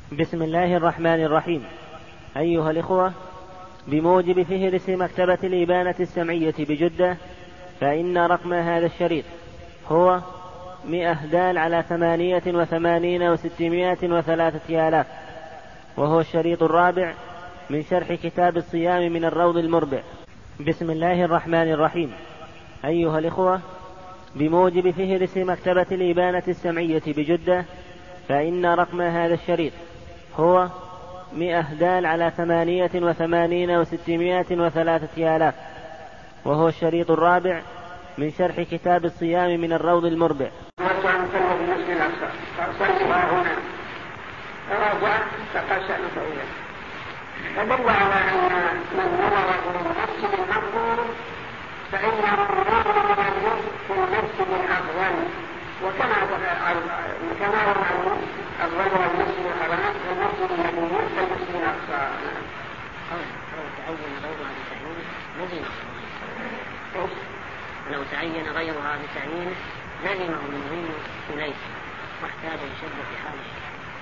بسم الله الرحمن الرحيم. أيها الإخوة، بموجب فهرس مكتبة الإبانة السمعية بجدة، فإن رقم هذا الشريط هو 100 دال على 88 و603 آلاف، وهو الشريط الرابع من شرح كتاب الصيام من الروض المربع. بسم الله الرحمن الرحيم. أيها الإخوة، بموجب فهرس مكتبة الإبانة السمعية بجدة، فإن رقم هذا الشريط هو 100 دال على 88 و603 آلاف، وهو الشريط الرابع من شرح كتاب الصيام من الروض المربع. فدل على أن من نظر إلى المسجد المقبول فإنه نظر في المسجد الأفضل، وكما هو معلوم الرجل المسجد الحرام والمسجد النبوي والمسجد الأقصى. لو تعين غيرها بتعيينه لزمه المضي إليه واحتاج يشد في حاله.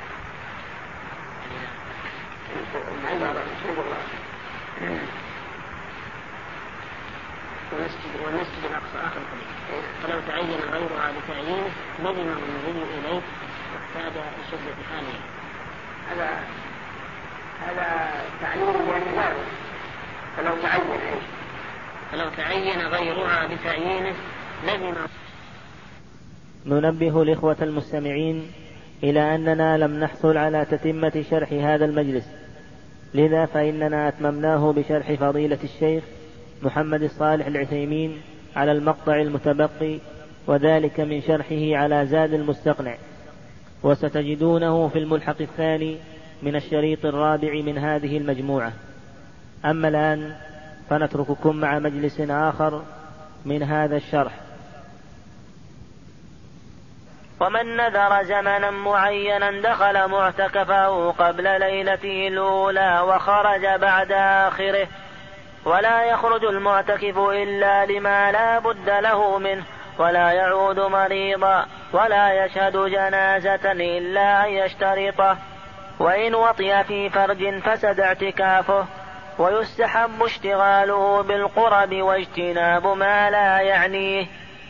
والمسجد الأقصى آخر الحديث، فلو تعين غيرها بتعيينه لزمه المضي إليه واحتاج يشد في حاله. هذا تعيين يعني فلو تعين غيرها بتعيينه لزمه. ننبه الإخوة المستمعين إلى أننا لم نحصل على تتمة شرح هذا المجلس، لذا فإننا أتممناه بشرح فضيلة الشيخ محمد الصالح العثيمين على المقطع المتبقي، وذلك من شرحه على زاد المستقنع، وستجدونه في الملحق الثاني من الشريط الرابع من هذه المجموعة. أما الآن فنترككم مع مجلس آخر من هذا الشرح. ومن نذر زمنا معينا دخل معتكفه قبل ليلته الأولى وخرج بعد آخره، ولا يخرج المعتكف إلا لما لا بد له منه، ولا يعود مريضا، ولا يشهد جنازة إلا أن يشترطه، وإن وطئ في فرج فسد اعتكافه، ويستحب اشتغاله بالقرب واجتناب ما لا يعنيه.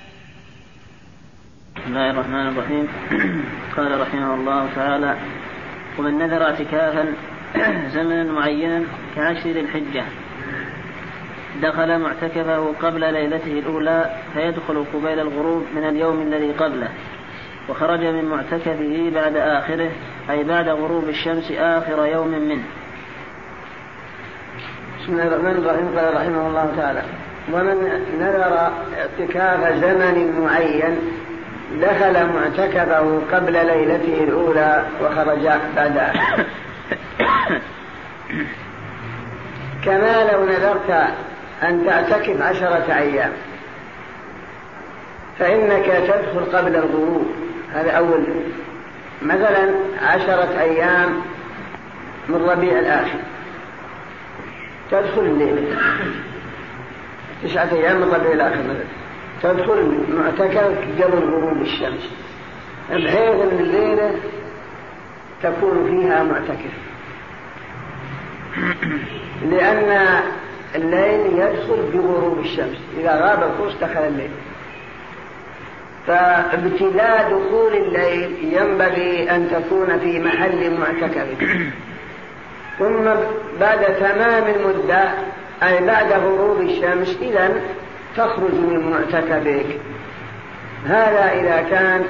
بسم الله الرحمن الرحيم. قال رحمه الله تعالى: ومن نذر اعتكافا زمنا معينا كعشر الحجة دخل معتكفه قبل ليلته الأولى فيدخل قبيل الغروب من اليوم الذي قبله، وخرج من معتكفه بعد آخره أي بعد غروب الشمس آخر يوم منه. بسم الله الرحمن الرحيم. قال رحمه الله تعالى: ومن نذر اعتكاف زمن معين دخل معتكفه قبل ليلته الأولى وخرج بعدها، كما لو نذرت أن تعتكف 10 أيام فإنك تدخل قبل الغروب، هذا أول. مثلا 10 أيام من ربيع الآخر تدخل الليل، 9 أيام من ربيع الآخر مثلا تدخل معتكف قبل غروب الشمس، بحيث أن الليلة تكون فيها معتكف، لأن الليل يدخل بغروب الشمس، إذا غاب القرص دخل الليل. فابتداء دخول الليل ينبغي أن تكون في محل معتكف، ثم بعد تمام المدة أي بعد غروب الشمس إذن تخرج من معتكفك. هذا إذا كان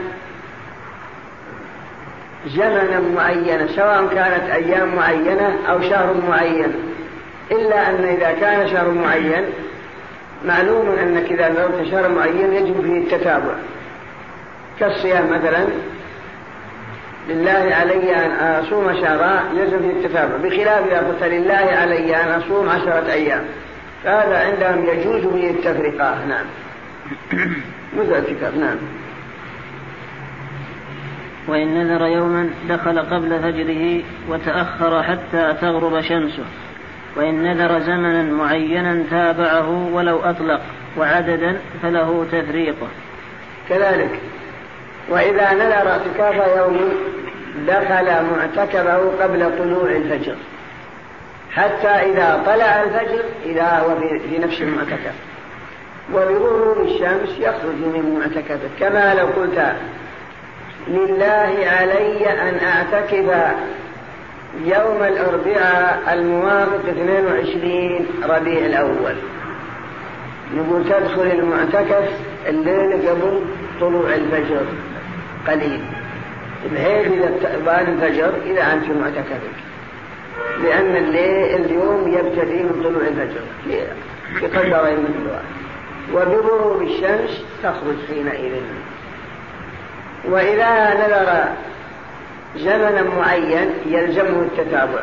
زمنا معينا، سواء كانت أيام معينة أو شهر معين، إلا أن إذا كان شهر معين معلوم أنك إذا نذرت شهر معين يجب فيه التتابع، كالصيام مثلا، لله علي أن أصوم شهرا يجب فيه التتابع، بخلاف إذا قلت لله علي أن أصوم 10 أيام، فهذا عندهم يجوز فيه التفرقة. نعم، مثل الكتاب. نعم. وإن نذر يوما دخل قبل فجره وتأخر حتى تغرب شمسه، وإن نذر زمنا معينا تابعه ولو أطلق، وعددا فله تفريقه. كذلك وإذا نذر اعتكاف يوم دخل معتكفه قبل طلوع الفجر، حتى إذا طلع الفجر إذا هو في نفس المعتكف، وبغروب الشمس يخرج من معتكفه. كما لو قلت لله علي أن أعتكف يوم الأربعاء الموافق 22 ربيع الأول، نقول تدخل المعتكف الليل قبل طلوع الفجر قليل، بحيث إذا بان الفجر إذا أنت في معتكفك، لأن اليوم يبتدي من طلوع الفجر في قدرين من الوقت، وبغروب الشمس تخرج حينئذ. وإذا نذر زمنا معين يلزمه التتابع،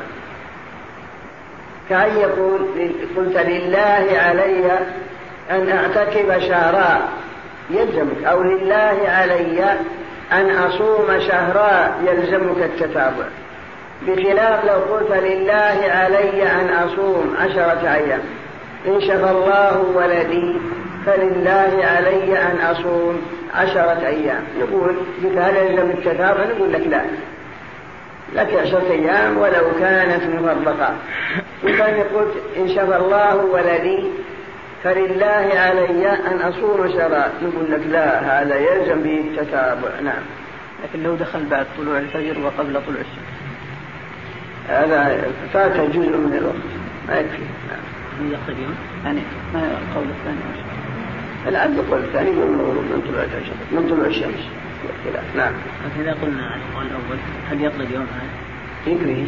كأن يقول قلت لله علي أن أعتكف شهرا يلزمك، أو لله علي أن أصوم شهرا يلزمك التتابع، بخلاف لو قلت لله علي أن أصوم 10 أيام، إن شفى الله ولدي فلله علي أن أصوم 10 أيام، نقول هل يلزم التتابع؟ نقول لك لا، لك 10 أيام ولو كانت مفرقة. وكان يقول إن شفى الله ولدي فلله علي أن أصوم شهرا، نقول لك لا، هذا يلزم به التتابع. نعم. لكن لو دخل بعد طلوع الفجر وقبل طلوع الشمس هذا فات جزء من الوقت ما يكفي. نعم. يقصد يوم يعني ما القول الثاني؟ العبد القول الثاني من طلوع الشمس. نعم. إذا قلنا على القول الأول هل يطلق يوم هذا؟ يكفي.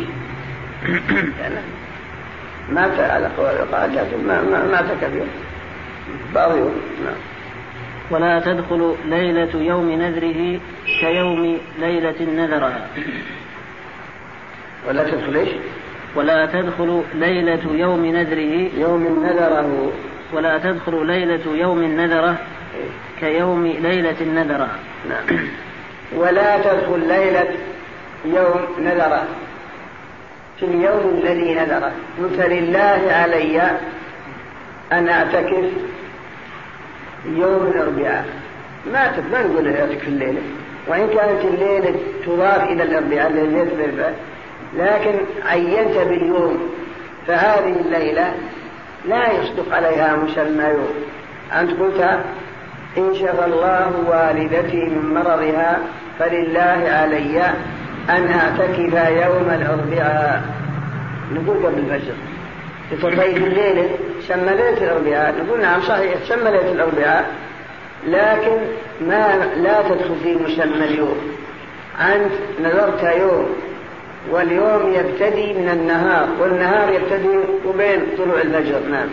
ما على قول القاعدة لكن ما تكفي بعض يوم. نعم. ولا تدخل ليلة يوم نذره كيوم ليلة نذرها. ولا تدخل ايش؟ ولا تدخل ليلة يوم نذره ولا تدخل ليلة يوم نذره كيوم ليلة نذرها. نعم. ولا تدخل ليلة يوم نذره في اليوم الذي نذره، قلت لله علي أن أعتكف يوم الأربعاء، ما نقول أعتكف الليلة، وإن كانت الليلة تضاف إلى الأربعاء ليلة الأربعاء، لكن عينت باليوم، فهذه الليلة لا يصدق عليها مسمى يوم. أنت قلت إن شفى الله والدتي من مرضها فلله علي أن أعتكف يوم الأربعاء، نقول قبل الفجر. طيب الليلة سمى ليلة الأربعاء، نقول نعم صحيح سمى ليلة الأربعاء، لكن لا تدخل في مسمى اليوم. أنت نذرت يوم، واليوم يبتدي من النهار، والنهار يبتدي وبين طلوع الفجر. نعم.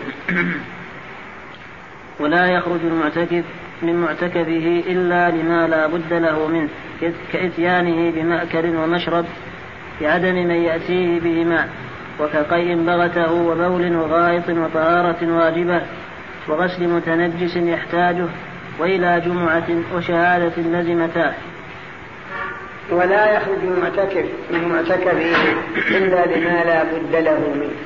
ولا يخرج المعتكف من معتكفه إلا لما لا بد له منه، كإتيانه بمأكل ومشرب بعدم من يأتيه بهما، وكقيء بغته وبول وغائط وطهارة واجبة وغسل متنجس يحتاجه، وإلى جمعة وشهادة لزمتاه. ولا يخرج المعتكف من معتكفه إلا لما لا بد له منه،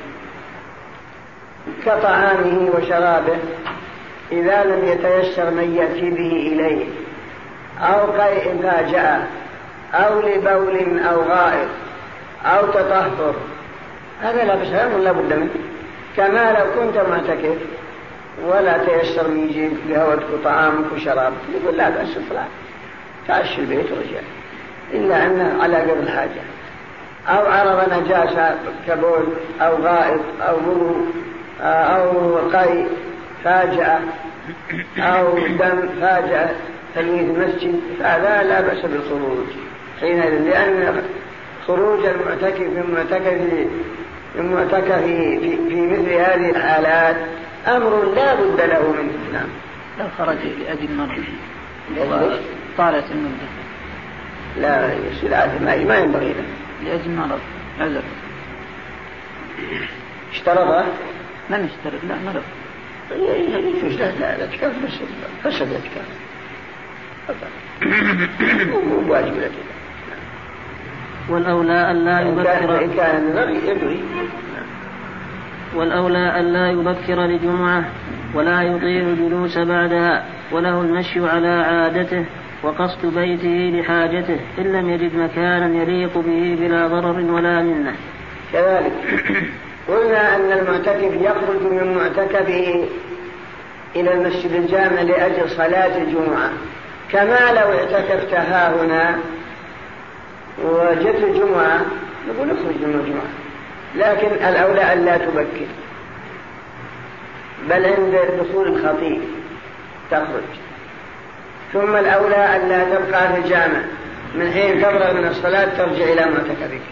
كطعامه وشرابه إذا لم يتيسر من يأتي به إليه، أو قيء فاجأة، أو لبول أو غائط أو تطهر، هذا لا بس ولا بد منه. كما لو كنت معتكف ولا تيسر من يجيب بهوتك وطعامك وشرابك، يقول لا بأس اطلع تعش البيت ورجع، إلا أنه على قدر الحاجة، أو عرض نجاسة كبول أو غائط أو بول أو قيء فاجأة أو دم فاجأة تلميذ المسجد، فهذا لا بأس بالخروج حينئذ، لأن خروج المعتكف من معتكف في مثل هذه الحالات أمر لا بد له منه. نعم. لو خرج لأجل مرض طالت المدة لا يصير عادي، ما ينبغي له لأجل مرض عذر اشترطه ما نشترط، لا مرض يجوز لا تكاف بس فسد التكاف مو واجب لك. والأولى أن لا يبكر إن كان النظر يدري. والأولى أن لا يبكر لجمعة ولا يطيل الجلوس بعدها، وله المشي على عادته وقصد بيته لحاجته إن لم يجد مكانا يليق به بلا ضرر ولا منه. كذلك قلنا أن المعتكف يخرج من معتكفه إلى المسجد الجامع لأجل صلاة الجمعة، كما لو اعتكفت ها هنا وجت الجمعة نقول اخرج من الجمعة، لكن الأولى أن لا تبكر، بل عند دخول الخطيب تخرج، ثم الأولى أن لا تبقى في الجامع، من حين تفرغ من الصلاة ترجع إلى معتكفك.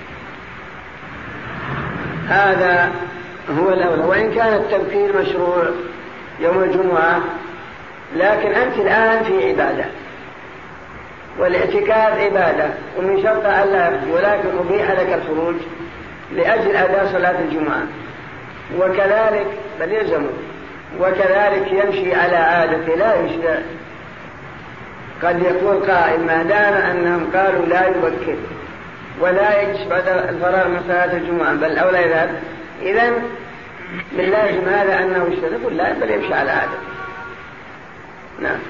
هذا هو الأولى، وإن كان التبكير مشروع يوم الجمعة، لكن أنت الآن في عبادة، والاعتكاف عبادة، ومن شرط ألا يخرج، ولكن أبيح لك الخروج لأجل أداء صلاة الجمعة. وكذلك بل يلزمه، وكذلك يمشي على عادته لا يشرع. قد يقول قائل ما دام أنهم قالوا لا يبكر ولا يجلس بعد الفراغ من صلاة الجمعة بل أولى يذهب، إذن باللازم هذا أنه يشرع، يقول لا بل يمشي على عادته. نعم.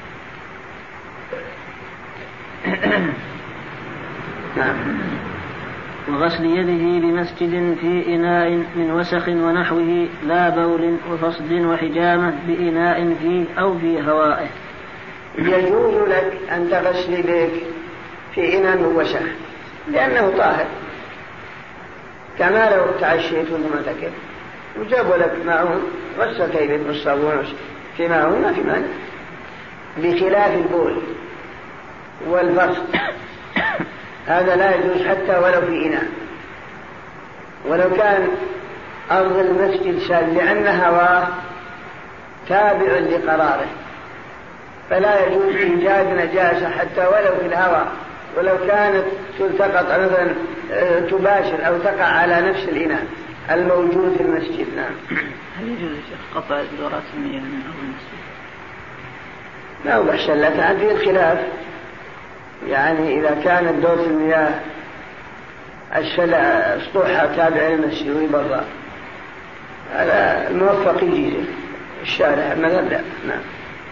نعم. وغسل يده بمسجد في إناء من وسخ ونحوه لا بول وفصد وحجامة بإناء فيه أو في هوائه. يجوز لك أن تغسل يديك في إناء من وسخ لأنه طاهر، كما لو تعشيت ومعتكف وجابوا لك معون غسلت يديك بالصابون في معون ما في مانع، بخلاف البول والفصد هذا لا يجوز حتى ولو في إناء، ولو كان أرض المسجد سال، لأن هواه تابع لقراره، فلا يجوز إيجاد نجاسة حتى ولو في الهواء، ولو كانت تلتقط مثلا تباشر أو تقع على نفس الإناء الموجود في المسجد. نعم. هل يجوز قطع دورات المياه من أول المسجد؟ لا هو أحسن لا تعدي الخلاف، يعني إذا كانت دورة المياه الشلع سطوحها تابع للمسجد ويبرى، هذا الموفق يجي الشارع ماذا لا. نعم.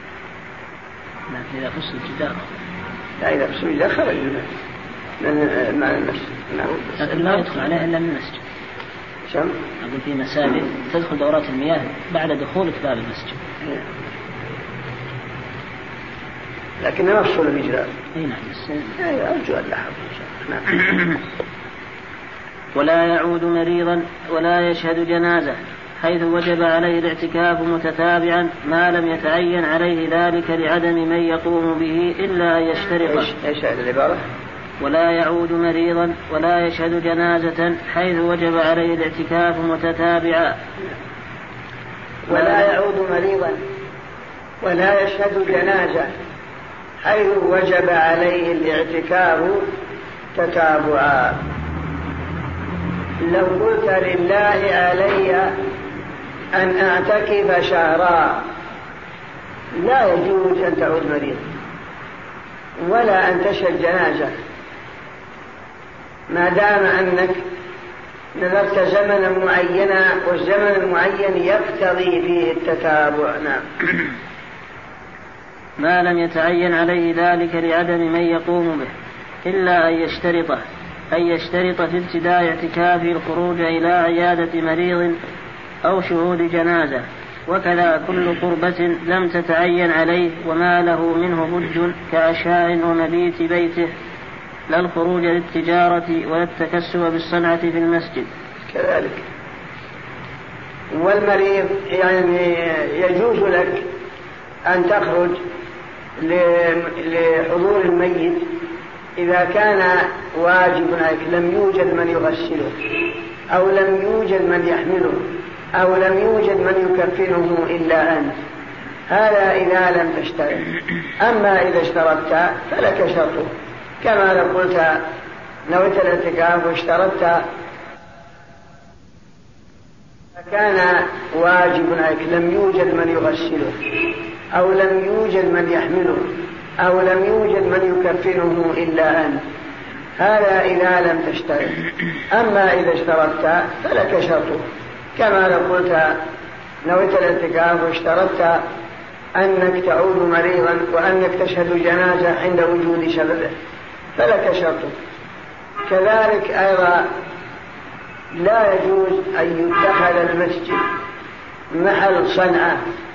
إذا فصل الجدار، لا إذا فصل الجدار خرج من المسجد. نعم. لكن لا يدخل عليه إلا من المسجد. شم؟ أقول في مساجد تدخل دورات المياه بعد دخولك باب المسجد. لكن نفصل الإجراء. أي نعم. أرجو أن لا حظ إن شاء الله. نعم. ولا يعود مريضا ولا يشهد جنازة، حيث وجب عليه الاعتكاف متتابعا ما لم يتعين عليه ذلك لعدم من يقوم به إلا أن يشترط. إيش هذه العبارة؟ ولا يعود مريضا ولا يشهد جنازة حيث وجب عليه الاعتكاف متتابعا. ولا يعود مريضا ولا يشهد جنازة حيث وجب عليه الاعتكاف تتابعا. لو قلت لله علي أن أعتكف شهرا لا يجوز أن تعود مريض ولا أن تشهد جنازة ما دام أنك نذرت زمنا معينا والزمن المعين يقتضي فيه التتابع. نعم. ما لم يتعين عليه ذلك لعدم من يقوم به إلا أن يشترط في ابتداء اعتكافه الخروج إلى عيادة مريض أو شهود جنازة، وكذا كل قربة لم تتعين عليه وما له منه بد كعشاء ومبيت بيته، لا الخروج للتجارة ولا التكسب بالصنعة في المسجد. كذلك. والمريض يعني يجوز لك أن تخرج لحضور الميت إذا كان واجب عليك لم يوجد من يغسله أو لم يوجد من يحمله أو لم يوجد من يكفنه إلا أنت، هذا إذا لم تشترط. أما إذا اشترطت فلك شرطه، كما لو قلت نويت الاعتكاف واشترطت كان واجب عليك لم يوجد من يغسله أو لم يوجد من يحمله أو لم يوجد من يكفنه إلا أنت، هذا إذا لم تشترط. أما إذا اشترطت فلك شرطه، كما لو قلت نويت الاعتكاف واشترطت أنك تعود مريضا وأنك تشهد جنازة عند وجود سببه فلك شرطه. كذلك أيضا لا يجوز أن يتخذ المسجد محل صنعة،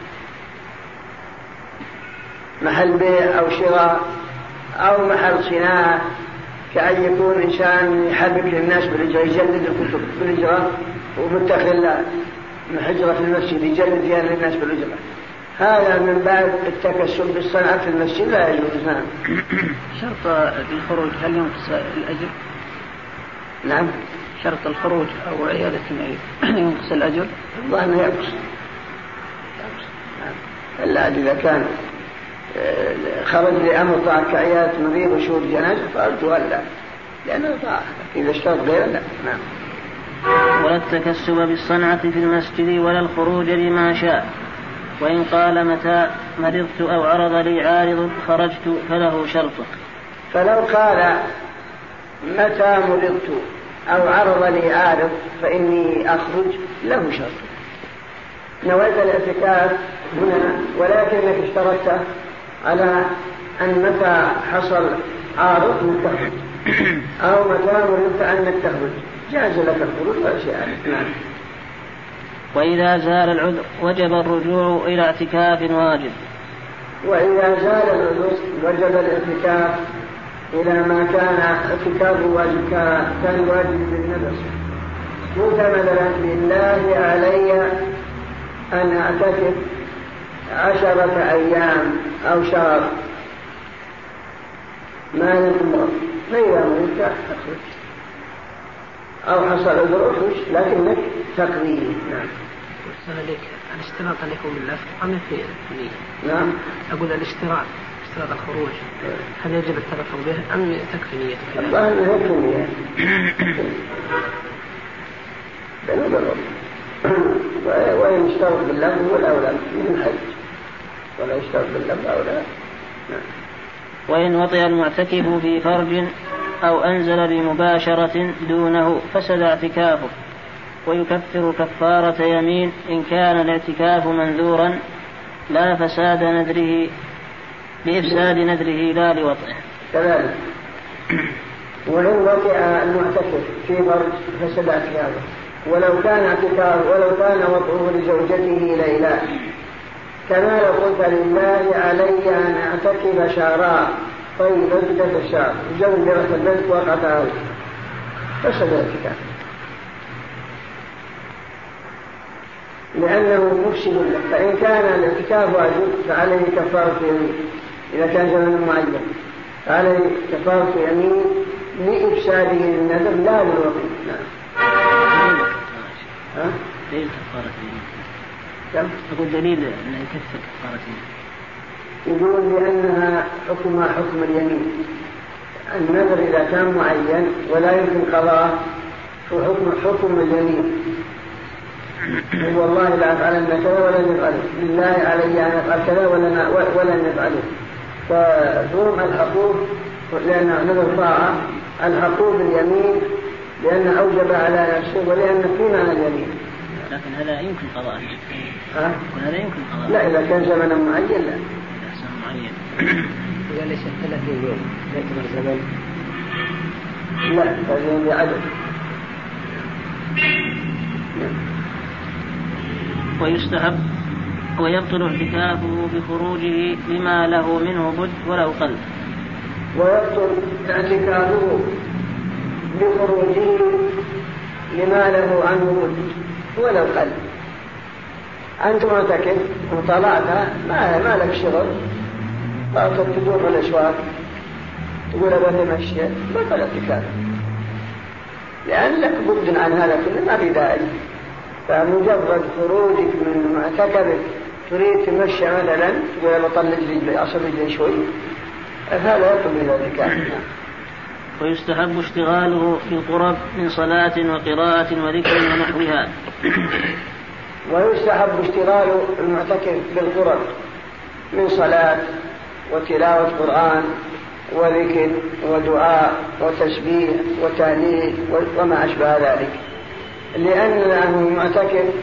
محل بيع أو شراء أو محل صناعة، كأن يكون إنسان يحرك للناس بالإجراء، يجلد الكتب بالإجراء ومتخذ حجرة في المسجد يجلد فيها للناس بالإجراء، هذا من باب التكسب بالصنعة في المسجد لا يجوز. نعم. شرط الخروج هل ينقص الأجر؟ نعم. شرط الخروج أو عيادة المريض ينقص الأجر؟ والله ما ينقص. إلا إذا كان خرج لأمر طاعة كعيادة مريض وشهود جنازة فأرجو ألا، لأنه طاعة. إذا اشترط غير لا. نعم. ولا التكسب بالصنعة في المسجد ولا الخروج لما شاء. وإن قال متى مرضت أو عرض لي عارض خرجت فله شرطه. فلو قال متى مرضت أو عرض لي عارض فإني أخرج له شرطه. نويت الاعتكاف هنا ولكنك اشترطت على أن متى حصل عارض تخرج أو متى مرضت أنك تخرج، جاز لك الخروج ولا شيء. نعم. وإذا زال العذر وجب الرجوع إلى اعتكاف واجب. وإذا زال العذر وجب الاعتكاف إلى ما كان اعتكاف واجب، كان واجب بالنفس. قلت مثلا بالله علي أن أعتكف 10 أيام أو شهر ما نمر، فإذا مرضت أخرج أو حصل عذر أخرج لكنك تقضيه. نعم. أرسل لك الاشتراط أن يكون باللفظ أم في النية؟ نعم. أقول الاشتراط الخروج هل يجب التلفظ به أم تكفي نيته؟ الله أنه يكفي نية وإن يشترط باللفظ هو الأولى من الحج، ولا يشترط باللفظ أولى. وإن وطئ المعتكف في فرج أو أنزل بمباشرة دونه فسد اعتكافه، ويكفر كفارة يمين إن كان الاعتكاف منذورا لا فساد نذره لإفساد نذره لا لوطئه. كذلك وإن وطئ المعتكف في فرج فسد اعتكافه ولو كان وطئه لزوجته ليلى، كما لو قلت لله علي أن أعتكف شهرا طيب اعتكف الشهر زوج جرس البنت وقعتها فسد اعتكافه لأنه مفسد له. فإن كان الاعتكاف واجب فعليه كفارة يمين، إذا كان زمن معين فعليه كفارة يمين لإفساده الندم لا للوطن. نعم. دليل كفارة يمين. كم؟ أقول دليل أنه يكفر كفارة يمين. يقول لأنها حكم اليمين. النذر إذا كان معين ولا يمكن قضاء حكم اليمين. والله لا أفعلن كذا ولا نفعله، لله علي أن أفعل كذا ولا نفعله. فهم الحقوق لأن نذر طاعة الحقوق اليمين لأن أوجب على نفسه ولأن في معنى اليمين. لكن هذا يمكن قضاء. هذا يمكن قضاء. لا إذا كان زمنا معين لا. زمن معين. إذا ليس 30 يوم يعتبر زمن. لا هذا بعدد. ويستحب ويبطل اعتكافه بخروجه لما له منه بد ولو قل. ويبطل اعتكافه بخروجه لما له عنه بد ولو قل. أنت معتكف وطلعت ما لك شغل تدور في الأشواق تقول أبغى تمشي بطل اعتكافك لأن لك بد عن هذا كله ما في داعي. فمجرد خروجك من معتكفك تريد تمشي مثلا تقول بطلع رجلي أصل رجلي شوي هذا يطلب إلى الاعتكاف. ويستحب اشتغاله في القرب من صلاة وقراءة وذكر ونحوها. ويستحب اشتغال المعتكف بالقرب من صلاة وتلاوة قرآن وذكر ودعاء وتسبيح وتهليل وما أشبه ذلك، لأنه معتكف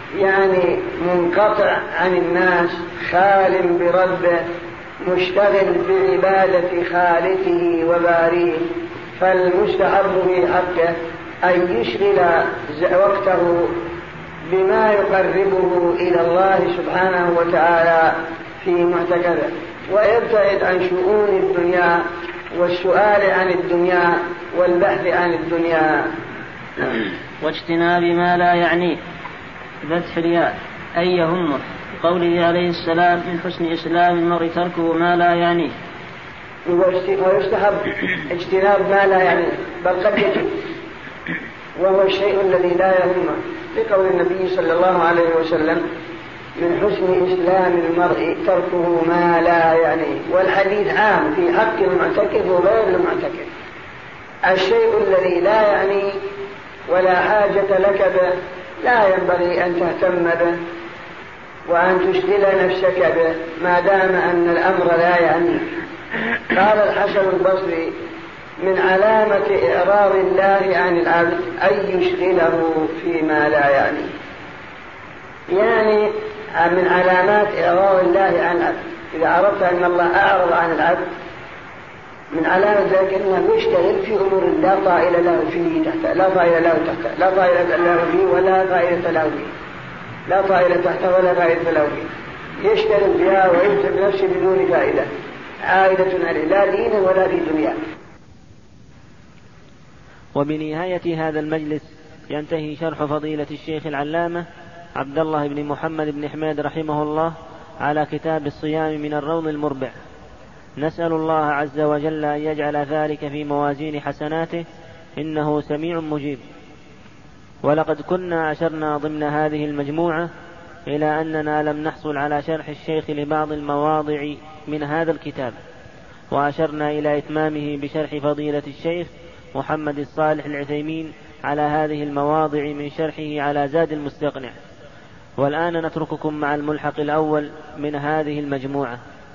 يعني منقطع عن الناس، خال بربه، مشتغل بعبادة خالقه وباريه، فالمستحب في حقه أن يشغل وقته بما يقربه إلى الله سبحانه وتعالى في معتكفه، ويبتعد عن شؤون الدنيا والسؤال عن الدنيا والبحث عن الدنيا. واجتناب ما لا يعنيه، فتح الياء أي يهمه، قوله عليه السلام من حسن إسلام المرء تركه ما لا يعنيه. ويستحب اجتناب ما لا يعنيه، بل قد يجب، وهو الشيء الذي لا يهمه، لقول النبي صلى الله عليه وسلم من حسن إسلام المرء تركه ما لا يعنيه. والحديث عام في حق المعتكف وغير المعتكف. الشيء الذي لا يعني ولا حاجة لك به لا ينبغي أن تهتم به وأن تشغل نفسك به ما دام أن الأمر لا يعنيك. قال الحسن البصري من علامة إعراض الله عن العبد أن يشغله فيما لا يعنيه. يعني من علامات إعراض الله عن العبد إذا عرفت أن الله أعرض عن العبد، من علامة ذلك أنه يشتغل في أمور لا طائل له فيه تحته، لا طائل له تحته، لا طائل له فيه ولا فائدة له فيه، لا طائل تحته ولا فائدة له فيه، يشتغل بها ويمسك نفسه بدون فائدة عائدة عليه لا دين ولا في دنيا. وبنهاية هذا المجلس ينتهي شرح فضيلة الشيخ العلامة عبد الله بن محمد بن حميد رحمه الله على كتاب الصيام من الروض المربع. نسأل الله عز وجل أن يجعل ذلك في موازين حسناته، إنه سميع مجيب. ولقد كنا أشرنا ضمن هذه المجموعة إلى أننا لم نحصل على شرح الشيخ لبعض المواضع من هذا الكتاب، وأشرنا إلى إتمامه بشرح فضيلة الشيخ محمد الصالح العثيمين على هذه المواضع من شرحه على زاد المستقنع. والآن نترككم مع الملحق الأول من هذه المجموعة.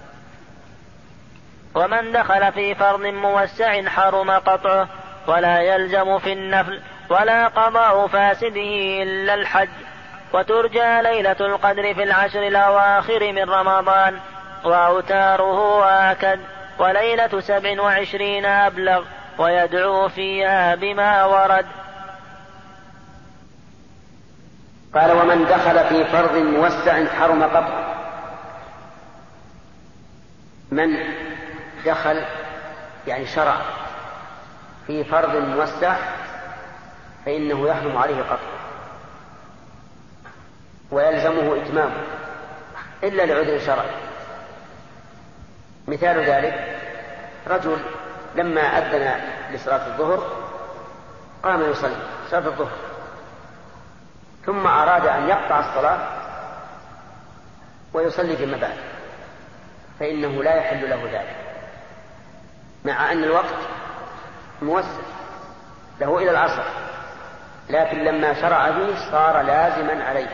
ومن دخل في فرض موسع حرم قطعه، ولا يلزم في النفل ولا قضاء فاسده إلا الحج. وترجى ليلة القدر في العشر الأواخر من رمضان، وأوتاره آكد، وليلة 27 أبلغ، ويدعو فيها بما ورد. قال ومن دخل في فرض موسع حرم قطعه. من دخل يعني شرع في فرض موسع فإنه يحرم عليه قطعه ويلزمه إتمامه إلا لعذر شرعي. مثال ذلك رجل لما أذن لصلاة الظهر قام يصلي صلاة الظهر، ثم أراد أن يقطع الصلاة ويصلي فيما بعد، فإنه لا يحل له ذلك، مع أن الوقت موسع له إلى العصر، لكن لما شرع به صار لازما عليه،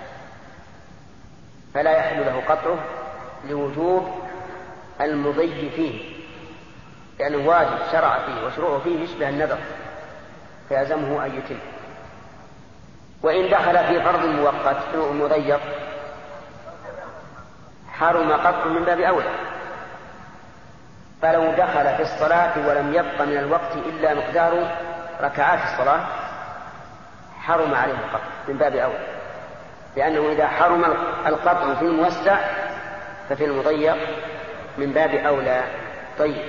فلا يحل له قطعه لوجوب المضي فيه، لأنه واجب شرع فيه وشروعه فيه يشبه النذر فيلزمه أن يتم. وإن دخل في فرض مؤقت مضيق حرم قطع من باب أولى. فلو دخل في الصلاة ولم يبق من الوقت إلا مقدار ركعات الصلاة حرم عليه القطع من باب أولى، لأنه إذا حرم القطع في الموسع ففي المضيق من باب أولى. طيب،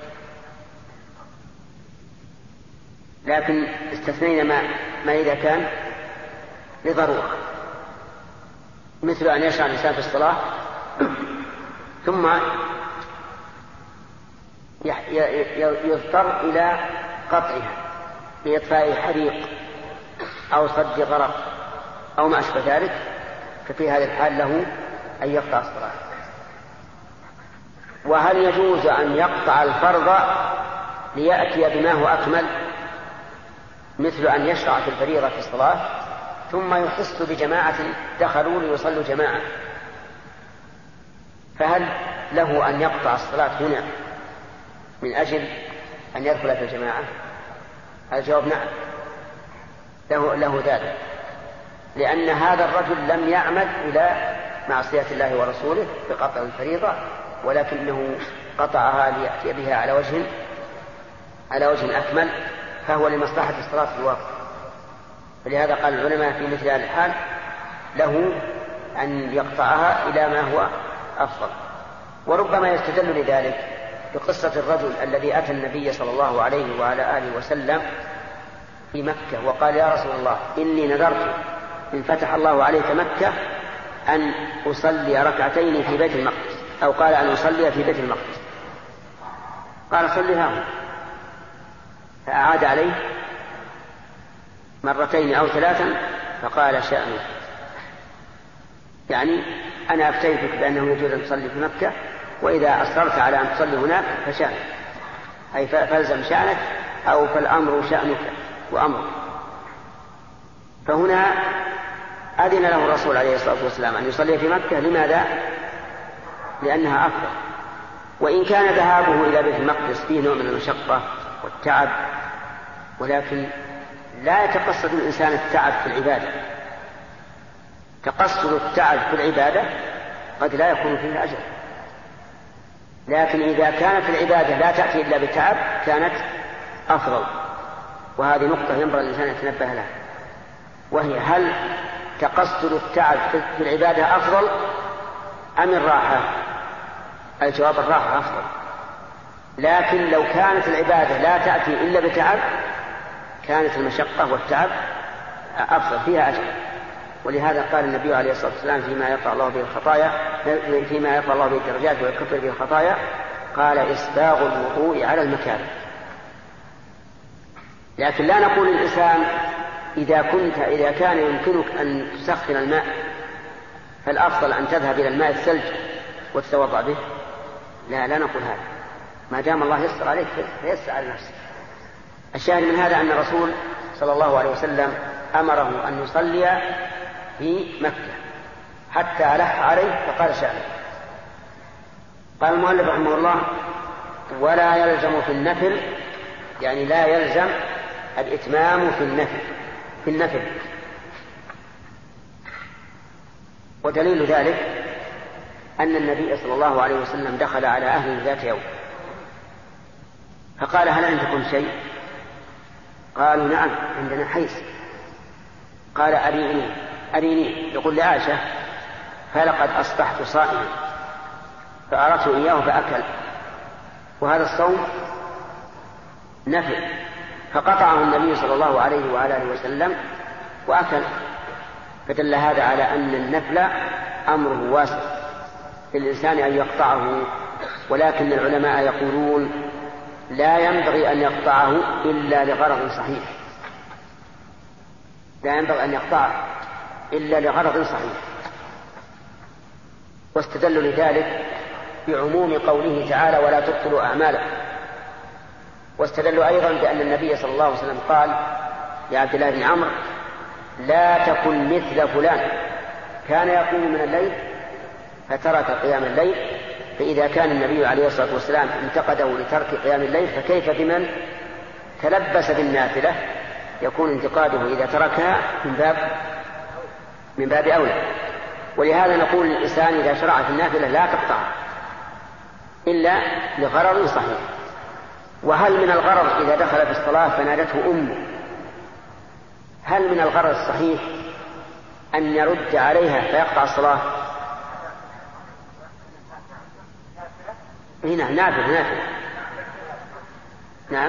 لكن استثنينا ما إذا كان لضرورة، مثل أن يشرع الإنسان في الصلاة ثم يضطر إلى قطعها بإطفاء حريق أو صد غرق أو ما أشبه ذلك، ففي هذه الحال له أن يقطع الصلاة. وهل يجوز أن يقطع الفرض ليأتي بما هو أكمل، مثل أن يشرع في الفريضة في الصلاة ثم يحس بجماعة دخلوا ليصلوا جماعة، فهل له أن يقطع الصلاة هنا من أجل أن يدخل في الجماعة؟ الجواب نعم، له ذلك، لأن هذا الرجل لم يعمد إلى معصية الله ورسوله بقطع الفريضة، ولكنه قطعها ليأتي بها على وجه أكمل، فهو لمصلحة الصلاة في الواقع. فلهذا قال العلماء في مثل هذا الحال له أن يقطعها إلى ما هو أفضل. وربما يستدل لذلك بقصة الرجل الذي أتى النبي صلى الله عليه وعلى آله وسلم في مكة وقال: يا رسول الله، إني نذرت إن فتح الله عليك مكة أن أصلي ركعتين في بيت المقدس، أو قال أن أصلي في بيت المقدس. قال: صلها. فأعاد عليه مرتين أو ثلاثا فقال: شأنه، يعني أنا أفتيتك بأنه يجوز أن تصلي في مكة، وإذا أصررت على أن تصلي هناك فشأنك، أي فالزم شأنك، أو فالأمر شأنك وأمرك. فهنا أذن له الرسول عليه الصلاة والسلام أن يصلي في مكة. لماذا؟ لأنها أفضل، وإن كان ذهابه إلى بيت المقدس فيه نوع من المشقة والتعب، ولكن لا يتقصد الإنسان التعب في العبادة. تقصد التعب في العبادة قد لا يكون فيه أجر، لكن إذا كانت العبادة لا تأتي إلا بتعب كانت أفضل. وهذه نقطة ينبغي الإنسان يتنبه لها، وهي: هل تقصد التعب في العبادة أفضل أم الراحة؟ الجواب: الراحة أفضل. لكن لو كانت العبادة لا تأتي إلا بتعب كانت المشقة والتعب أفضل، فيها أجر. ولهذا قال النبي عليه الصلاة والسلام فيما يرفع الله به الخطايا، فيما يرفع الله به الدرجات ويكفر به الخطايا، قال: إسباغ الوضوء على المكاره. لكن لا نقول للإنسان إذا كان يمكنك أن تسخن الماء فالأفضل أن تذهب إلى الماء الثلج وتتوضأ به. لا نقول هذا، ما دام الله يسر عليك فيسر على نفسك. الشاهد من هذا أن الرسول صلى الله عليه وسلم أمره أن يصلي في مكة حتى ألح عليه فقال: شأنه. قال المؤلف رحمه الله: ولا يلزم في النفل، يعني لا يلزم الإتمام في النفل. ودليل ذلك أن النبي صلى الله عليه وسلم دخل على أهل ذات يوم فقال: هل عندكم شيء؟ قالوا: نعم، عندنا حيث. قال: أريني. يقول لعائشة: فلقد أصبحت صائما، فأردت إياه فأكل، وهذا الصوم نفل، فقطعه النبي صلى الله عليه وعلى آله وسلم وأكل. فدل هذا على أن النفل أمره واسع للإنسان أن يقطعه، ولكن العلماء يقولون: لا ينبغي أن يقطعه إلا لغرض صحيح. لا ينبغي أن يقطعه إلا لغرض صحيح. واستدلوا لذلك بعموم قوله تعالى: ولا تبطلوا أعمالكم. واستدلوا أيضا بأن النبي صلى الله عليه وسلم قال لعبد الله بن عمرو: لا تكن مثل فلان كان يقوم من الليل فترك قيام الليل. فإذا كان النبي عليه الصلاة والسلام انتقده لترك قيام الليل، فكيف بمن تلبس بالنافلة؟ يكون انتقاده إذا تركها من باب أولى. ولهذا نقول للإنسان إذا شرع في النافلة لا تقطع إلا لغرض صحيح. وهل من الغرض إذا دخل في الصلاة فنادته أمه، هل من الغرض الصحيح أن يرد عليها فيقطع الصلاة؟ هنا نافل. نعم،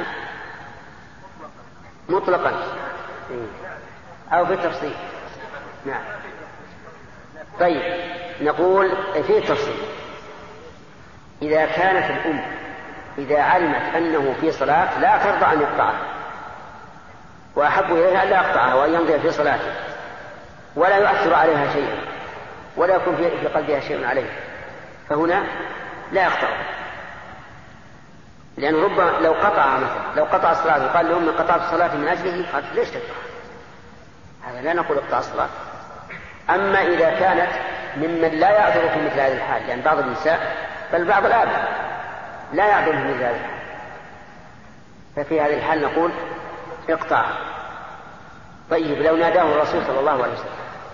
مطلقا أو بالتفصيل. نعم. طيب، نقول في تفصيل. إذا كانت الأم إذا علمت أنه في صلاة لا ترضى أن يقطعها، وأحب إليها أن لا يقطعها وأن يمضي في صلاته ولا يؤثر عليها شيئا ولا يكون في قلبها شيء عليه، فهنا لا يقطعها. لأنه ربما لو قطع مثلا، لو قطع الصلاة وقال لهم: قطعت الصلاة من أجله، قالت: ليش تقطع؟ هذا لا نقول اقطع الصلاة. أما إذا كانت ممن لا يعذر في مثل هذه الحال، يعني بعض النساء بل بعض الآباء لا يعذر في مثل هذه الحال، ففي هذه الحال نقول اقطع. طيب، لو ناداه الرسول صلى الله عليه وسلم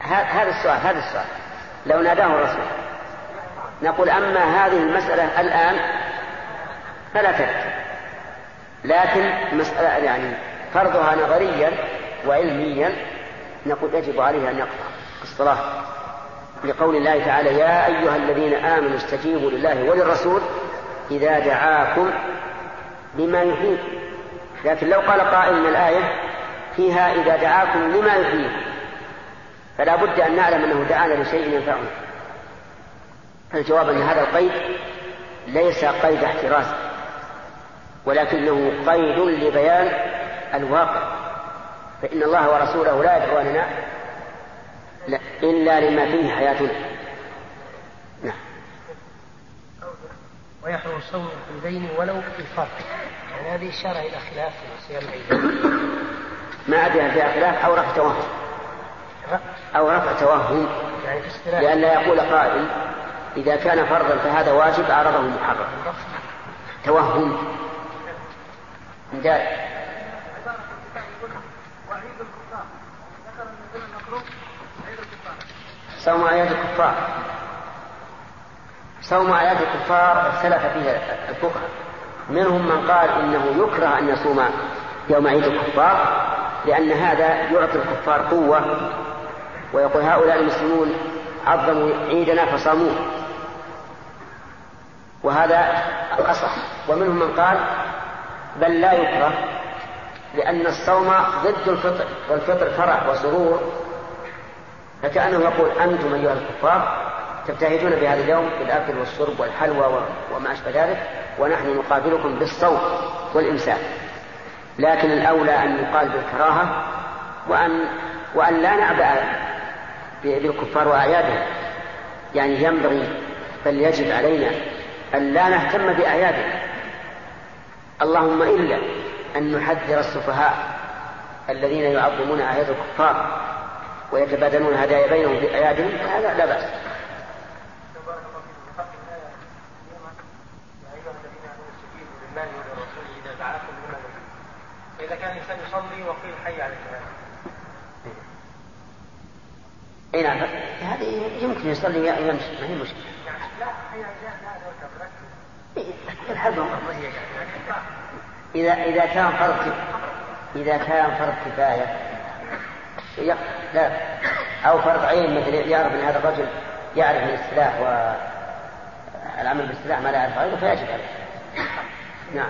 هذا السؤال لو ناداه الرسول نقول أما هذه المسألة الآن فلا تكفي، لكن مسألة يعني فرضها نظريا وعلميا نقول يجب عليه أن يقطع الصلاة، لقول الله تعالى يا أيها الذين آمنوا استجيبوا لله وللرسول إذا دعاكم لما يحييكم. لكن لو قال قائل من الآية فيها إذا دعاكم لما يحييكم، فلا بد أن نعلم أنه دعانا لشيء ينفعنا. فالجواب أن هذا القيد ليس قيد احتراز، ولكنه قيد لبيان الواقع، فإن الله ورسوله لا يدعوننا إلا لما فيه حياتنا. نعم. ويحرم صوم العيدين ولو في فرق، يعني هذه إشارة إلى خلاف في صيام العيدين. ما أدري فيها خلاف أو رفع توهم، يعني لأن لا يقول قائل إذا كان فرضا فهذا واجب أعرضه محرم، توهم دائم. صوم أعياد الكفار اختلف فيها الفقهاء، منهم من قال إنه يكره أن يصوم يوم عيد الكفار لأن هذا يعطي الكفار قوة، ويقول هؤلاء المسلمون عظموا عيدنا فصاموه، وهذا الأصح. ومنهم من قال بل لا يكره لأن الصوم ضد الفطر، والفطر فرح وسرور، فكأنه يقول أنتم أيها الكفار تبتهجون بهذا اليوم بالأكل والشرب والحلوى وما أشبه ذلك، ونحن نقابلكم بالصوم والإمساك. لكن الأولى أن يقال بالكراهة وأن لا نعبأ بالكفار وأعيادهم، يعني ينبغي بل يجب علينا أن لا نهتم بأعيادهم، اللهم إلا أن نحذر السفهاء الذين يعظمون أعياد الكفار ويتبادلون هدايا بينهم بأعيادهم، فهذا لا بأس. إذا كان الإنسان يصلي وقيل حي على الجهاد، أي نعم، هذه يمكن يصلي ويمشي، ما هي مشكلة. لا حي على الجهاد لا إذا كان فرض كفاية لا أو فرض عين، مثل يعرف أن هذا الرجل يعرف السلاح والعمل بالسلاح ما لا يعرف غيره فيجب عليه. نعم.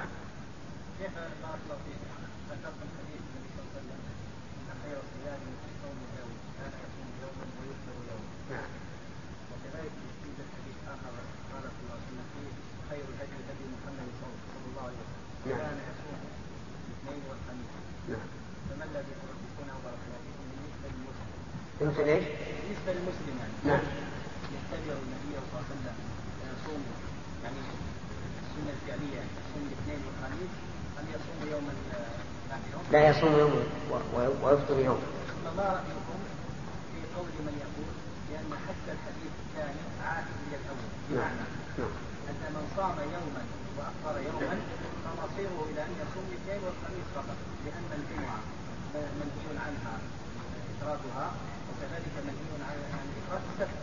بالنسبة للمسلم نعم. يتبع النبي صلى الله عليه وسلم يصوم يعني السنة الفعلية يصوم الاثنين والخميس، أم يصوم يوما آخر؟ لا، يصوم يوم ويفطر يوم. ما رأيكم في قول من يقول لأن حتى الحديث الثاني عائد إلى الأول، بمعنى أن من صام يوما وأفطر يوما فمصيره إلى أن يصوم الاثنين والخميس فقط، لأن الجمعة منهي عنها إفرادها وكذلك منهي عن إفراد السبت.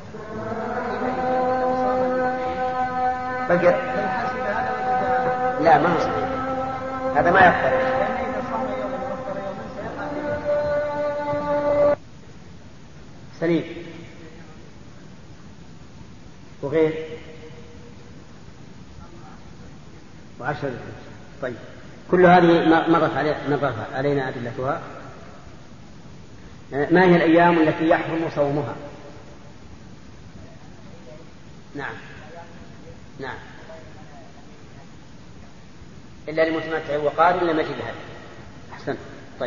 لا، ما هو صحيح، هذا ما يقبل. لأن إذا صام يوما وأفطر يوما سيقع سليم وغير وعشر. طيب، كل هذه مرت علينا أدلتها. ما هي الأيام التي يحرم صومها؟ نعم إلا للمتمتع وقارن لم يجد هذا. أحسن. طيب،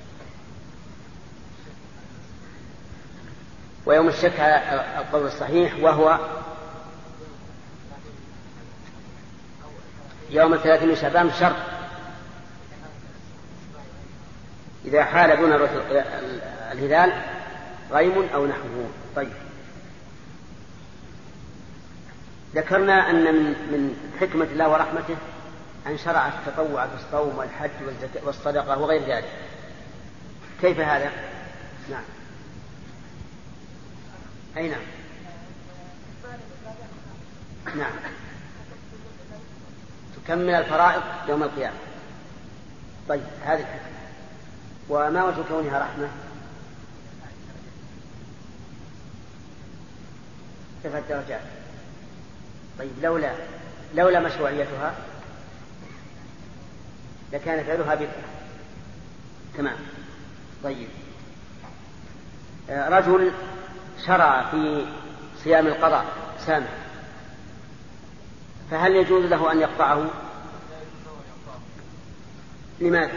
ويوم الشك على القول الصحيح وهو يوم 30 من شعبان شرط إذا حال دون الهلال غيم أو نحوه. طيب، ذكرنا أن من حكمة الله ورحمته أن شرع التطوع في الصوم والحج والصدقة وغير ذلك. كيف هذا؟ نعم. أي نعم. نعم تكمل الفرائض يوم القيامة. طيب هذه الحكمة. وما وجه كونها رحمة؟ كيف الدرجات؟ طيب لولا مشروعيتها لكان فعلها بدعة. تمام. طيب رجل شرع في صيام القضاء سامح، فهل يجوز له أن يقطعه؟ لماذا؟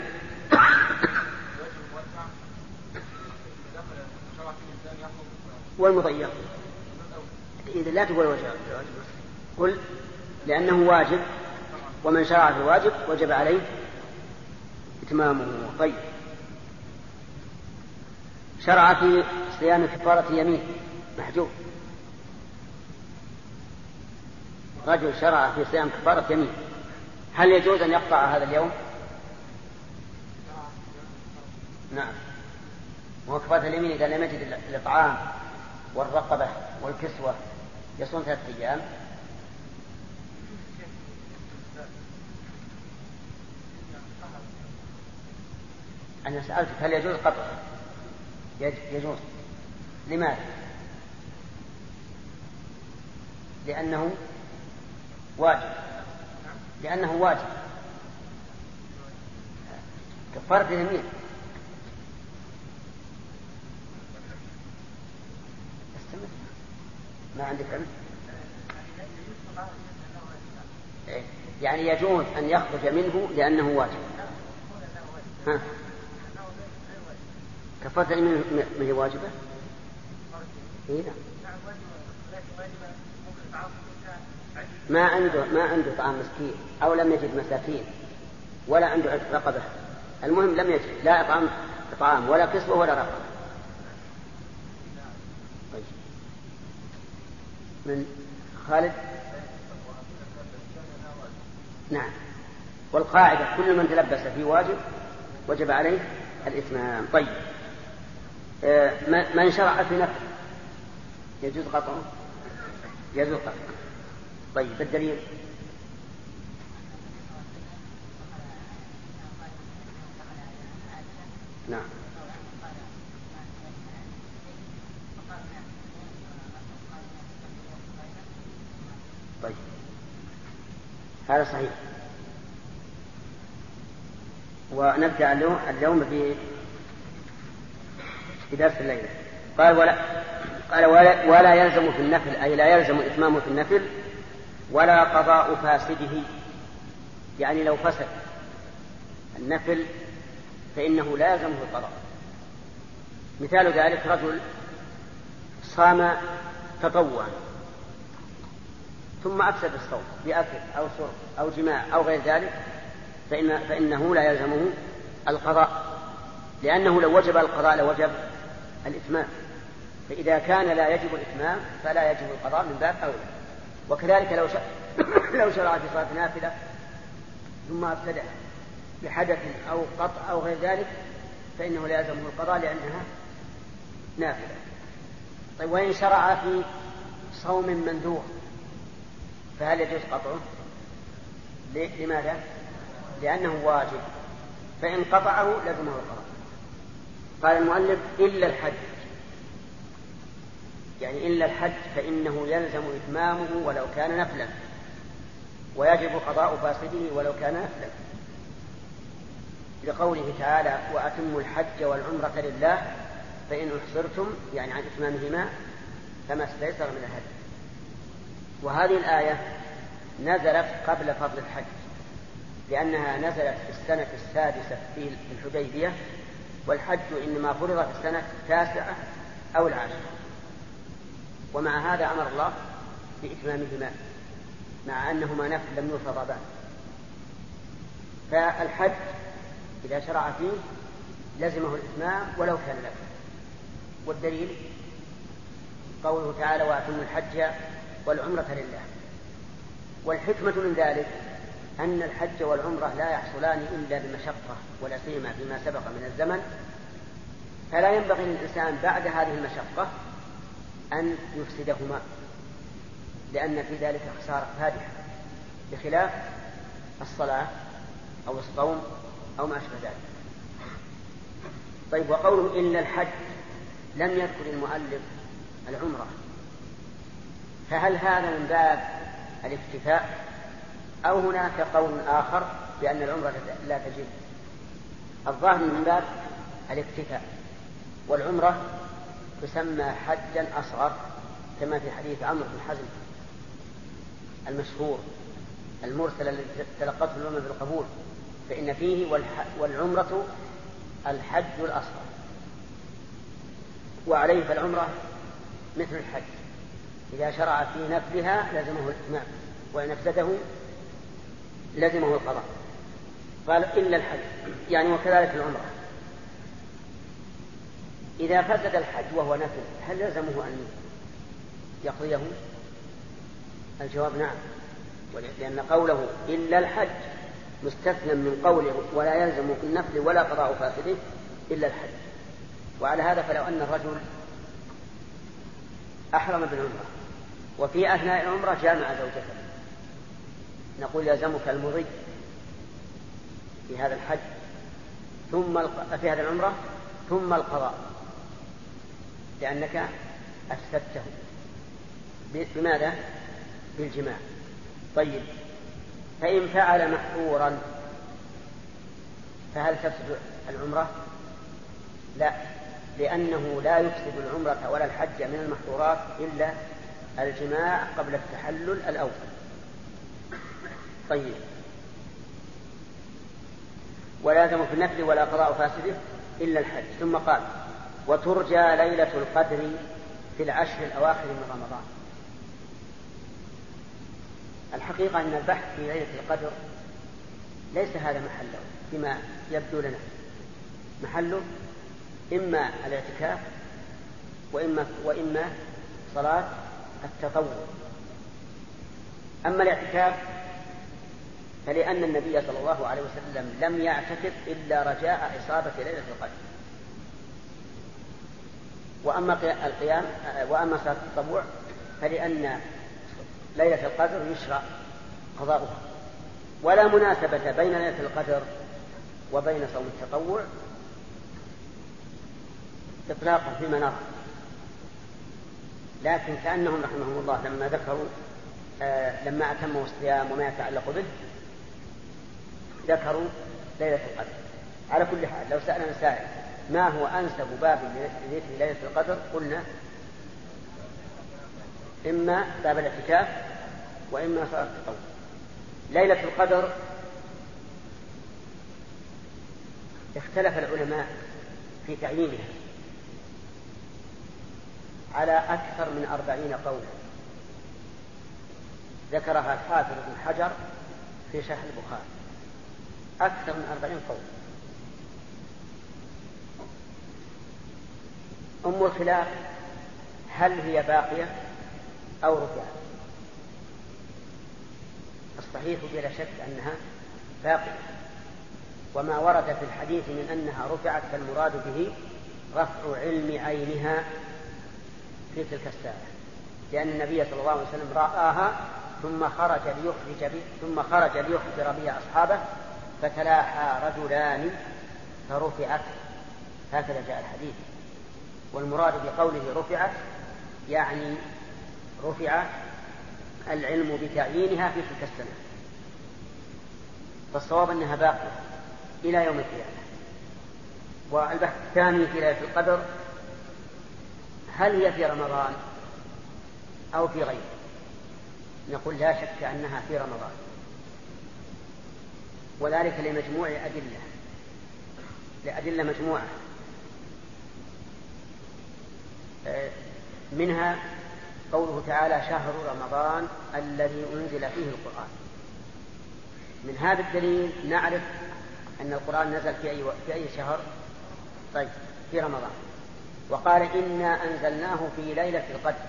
والمضيق إذا لا تقول واجب، قل لأنه واجب، ومن شرع في الواجب وجب عليه إتمامه. طيب شرع في صيام كفارة يمين محجوب، رجل شرع في صيام كفارة يمين، هل يجوز أن يقطع هذا اليوم؟ نعم. وكفارة اليمين إذا لم يجد الإطعام والرقبة والكسوة يصوم 3 أيام. أنا سألتك هل يجوز قطعه؟ يجوز. لماذا؟ لأنه واجب. لأنه واجب. كفارة اليمين ما عندك علم؟ يعني يجوز أن يخرج منه لأنه واجب. ها؟ كفارة اليمين ما هي واجبة؟ إيه لا. ما عنده طعام مسكين أو لم يجد مساكين ولا عنده عتق رقبة، المهم لم يجد لا طعام ولا كسوة ولا رقبة. طيب. من خالد؟ نعم. والقاعدة كل من تلبس في واجب وجب عليه الإتمام. طيب من شرع في نفل يجوز قطعه؟ يجوز قطعه. طيب بالدليل؟ نعم. طيب هذا صحيح. ونبدأ اليوم في درس الليلة. قال ولا يلزم في النفل، أي لا يلزم إتمامه في النفل ولا قضاء فاسده، يعني لو فسد النفل فإنه لا يلزمه القضاء. مثال ذلك رجل صام تطوعا ثم أفسد الصوم بأكل أو شرب أو جماع أو غير ذلك، فإنه لا يلزمه القضاء، لأنه لو وجب القضاء لوجب الإتمام، فإذا كان لا يجب الإتمام فلا يجب القضاء من باب أولى. وكذلك لو شرع في صلاة نافلة ثم أفسدها بحدث أو قطع أو غير ذلك فإنه لا يلزمه القضاء لأنها نافلة. طيب وإن شرع في صوم منذور فهل يجوز قطعه؟ لماذا؟ لأنه واجب، فإن قطعه لزمه القضاء. قال المؤلف إلا الحج، يعني إلا الحج فإنه يلزم إتمامه ولو كان نفلا، ويجب قضاء فاسده ولو كان نفلا، لقوله تعالى وأتموا الحج والعمرة لله فإن أحصرتم، يعني عن إتمامهما فما استيسر من الهدي. وهذه الآية نزلت قبل فضل الحج، لأنها نزلت في السنة 6 في الحديبية، والحج إنما فرض في السنة 9 أو 10، ومع هذا أمر الله بإتمامهما مع أنهما نفل لم يفرضا بعد. فالحج إذا شرع فيه لزمه الإتمام ولو كان نفلا. والدليل قوله تعالى وأتموا الحج والعمرة لله. والحكمة من ذلك أن الحج والعمرة لا يحصلان إلا بمشقة، ولا سيما فيما سبق من الزمن، فلا ينبغي للإنسان بعد هذه المشقة أن يفسدهما، لأن في ذلك خسارة فادحة، بخلاف الصلاة أو الصوم أو ما أشبه ذلك. طيب، وقوله إلا الحج لم يذكر المؤلف العمرة، فهل هذا من باب الاكتفاء أو هناك قول آخر بأن العمرة لا تجب؟ الظاهر من باب الاكتفاء، والعمرة تسمى حجا أصغر كما في حديث عمرو بن حزم المشهور المرسل الذي تلقته الأمة بالقبول، فإن فيه والعمرة الحج الأصغر، وعليه فالعمرة مثل الحج، إذا شرع في نفلها لزمه الإتمام، وإن أفسده لزمه القضاء. قال إلا الحج، يعني وكذلك العمرة. إذا فسد الحج وهو نفل هل لزمه أن يقضيه؟ الجواب نعم، لأن قوله إلا الحج مستثنى من قوله ولا يلزم في النفل ولا قضاء فاسده إلا الحج. وعلى هذا فلو أن الرجل أحرم بالعمرة وفي أثناء العمرة جامع زوجته، نقول يلزمك المضي في هذا الحج في هذه العمرة ثم القضاء، لأنك أفسدته بماذا؟ بالجماع. طيب، فإن فعل محظورا فهل تفسد العمرة؟ لا، لأنه لا يفسد العمرة ولا الحج من المحظورات إلا الجماع قبل التحلل الأول. طيب، ولا يلزم في النفل ولا قضاء فاسده إلا الحج. ثم قال وترجى ليلة القدر في العشر الأواخر من رمضان. الحقيقة أن البحث في ليلة القدر ليس هذا محله فيما يبدو لنا، محله إما الاعتكاف وإما صلاة التطوع. أما الاعتكاف فلأن النبي صلى الله عليه وسلم لم يعتكف إلا رجاء إصابة ليلة القدر. وأما صلاة التطوع فلأن ليلة القدر يشرع قضاؤها، ولا مناسبة بين ليلة القدر وبين صوم التطوع إطلاقا فيما نرى. لكن كأنهم رحمهم الله لما ذكروا لما أتموا الصيام وما يتعلق به ذكروا ليلة القدر. على كل حال لو سألنا سائل ما هو أنسب باب لذكر ليلة القدر قلنا إما باب الاعتكاف وإما صلاة التطوع. ليلة القدر اختلف العلماء في تعيينها على أكثر من 40 قولا، ذكرها الحافظ ابن حجر في شرح البخاري، أكثر من 40 قول. أم الخلاف هل هي باقية أو رفعت؟ الصحيح بلا شك أنها باقية، وما ورد في الحديث من أنها رفعت فالمراد به رفع علم عينها في تلك الساعة، لأن النبي صلى الله عليه وسلم رآها ثم خرج ليخبر بها أصحابه فتلاحى رجلان فرفعت، هكذا جاء الحديث. والمراد بقوله رفعت يعني رفع العلم بتعيينها في تلك السنة، فالصواب أنها باقية إلى يوم القيامة. والبحث الثاني في ليلة القدر هل هي في رمضان أو في غيره؟ نقول لا شك أنها في رمضان، وذلك لمجموع لأدلة مجموعة، منها قوله تعالى شهر رمضان الذي أنزل فيه القرآن. من هذا الدليل نعرف أن القرآن نزل في أي شهر؟ طيب، في رمضان. وقال إنا أنزلناه في ليلة القدر.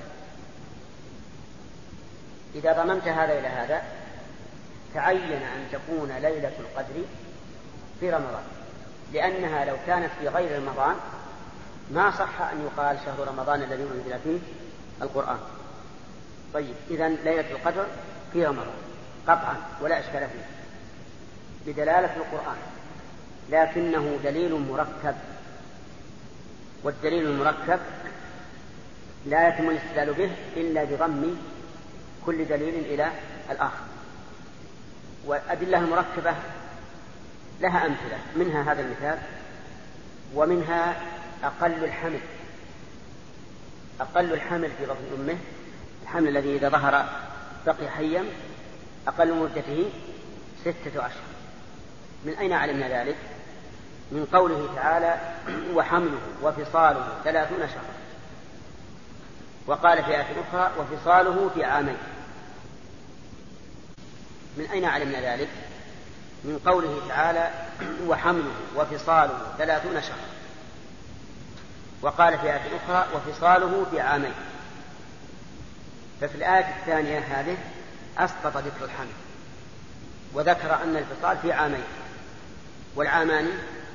إذا ضممت هذا إلى هذا تعين أن تكون ليلة القدر في رمضان، لأنها لو كانت في غير رمضان ما صح أن يقال شهر رمضان الذي أنزل فيه القرآن. طيب إذن ليلة القدر في رمضان قطعا ولا إشكال فيه بدلالة القرآن، لكنه دليل مركب، والدليل المركب لا يتم الاستدلال به إلا بضم كل دليل إلى الآخر. والأدلة المركبة لها أمثلة، منها هذا المثال، ومنها أقل الحمل. أقل الحمل في بطن أمه، الحمل الذي إذا ظهر بقي حيا أقل مدته 6 أشهر. من أين علمنا ذلك؟ من قوله تعالى وحمله وفصاله 30 شهرا، وقال في آية أخرى وفصاله في عامين. من أين علمنا ذلك؟ من قوله تعالى وحمله وفصاله 30 شهرا، وقال في آية أخرى وفصاله في عامين. ففي الآية الثانية هذه أسقط ذكر الحمل وذكر أن الفصال في عامين، والعامان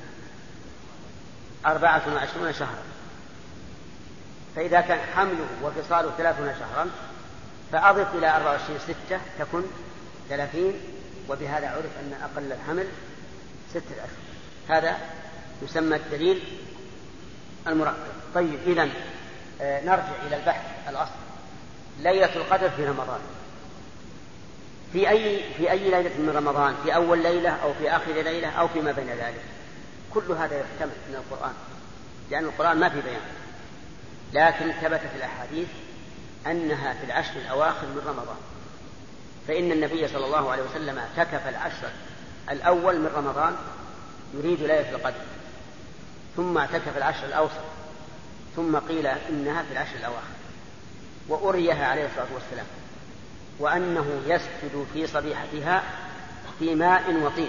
24 شهرا. فإذا كان حمله وفصاله 30 شهرا فأضف إلى 24 6 تكن 30، وبهذا عرف أن أقل الحمل 6 أشهر. هذا يسمى الدليل المركب. طيب إذن نرجع إلى البحث الأصل. ليلة القدر في رمضان في أي ليلة من رمضان؟ في أول ليلة أو في آخر ليلة أو فيما بين ذلك؟ كل هذا يحتمل من القرآن، لأن القرآن ما في بيان، لكن ثبت في الأحاديث أنها في العشر الأواخر من رمضان. فإن النبي صلى الله عليه وسلم اعتكف العشر الأول من رمضان يريد ليلة القدر، ثم اعتكف العشر الأوسط، ثم قيل إنها في العشر الأواخر، وأريها عليه الصلاة والسلام، وأنه يسجد في صبيحتها في ماء وطين.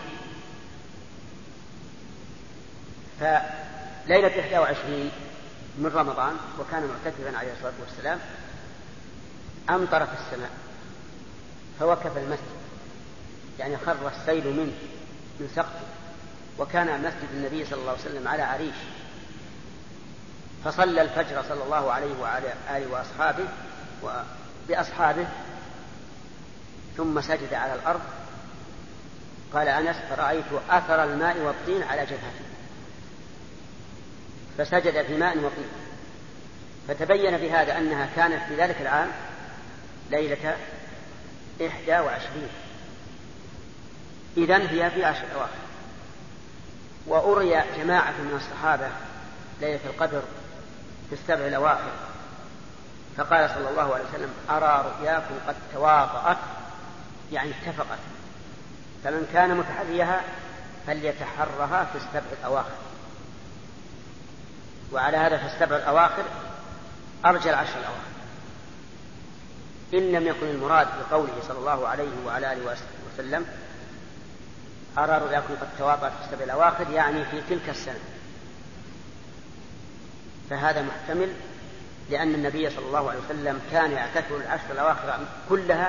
فليلة 21 من رمضان وكان معتكفا عليه الصلاة والسلام أمطر في السماء فوقف المسجد، يعني خر السيل منه من سقفه، وكان مسجد النبي صلى الله عليه وسلم على عريش، فصلى الفجر صلى الله عليه وعلى آله بأصحابه ثم سجد على الأرض. قال أنس فرأيت أثر الماء والطين على جبهته، فسجد في ماء وطين، فتبين بهذا أنها كانت في ذلك العام ليلة 21. إذن هي في 10 أواخر. وأري جماعة من الصحابة ليلة القدر في السبع الأواخر، فقال صلى الله عليه وسلم أرى رؤياكم قد تواطأت، يعني اتفقت، فمن كان متحريها فليتحرها في السبع الأواخر. وعلى هذا في السبع الأواخر أرجى العشر الأواخر، إن لم يكن المراد بقوله صلى الله عليه وعلى آله وسلم أرى رؤياكم قد تواطأت في السبع الأواخر، يعني في تلك السنة. فهذا محتمل، لأن النبي صلى الله عليه وسلم كان يعتكف العشر الأواخر كلها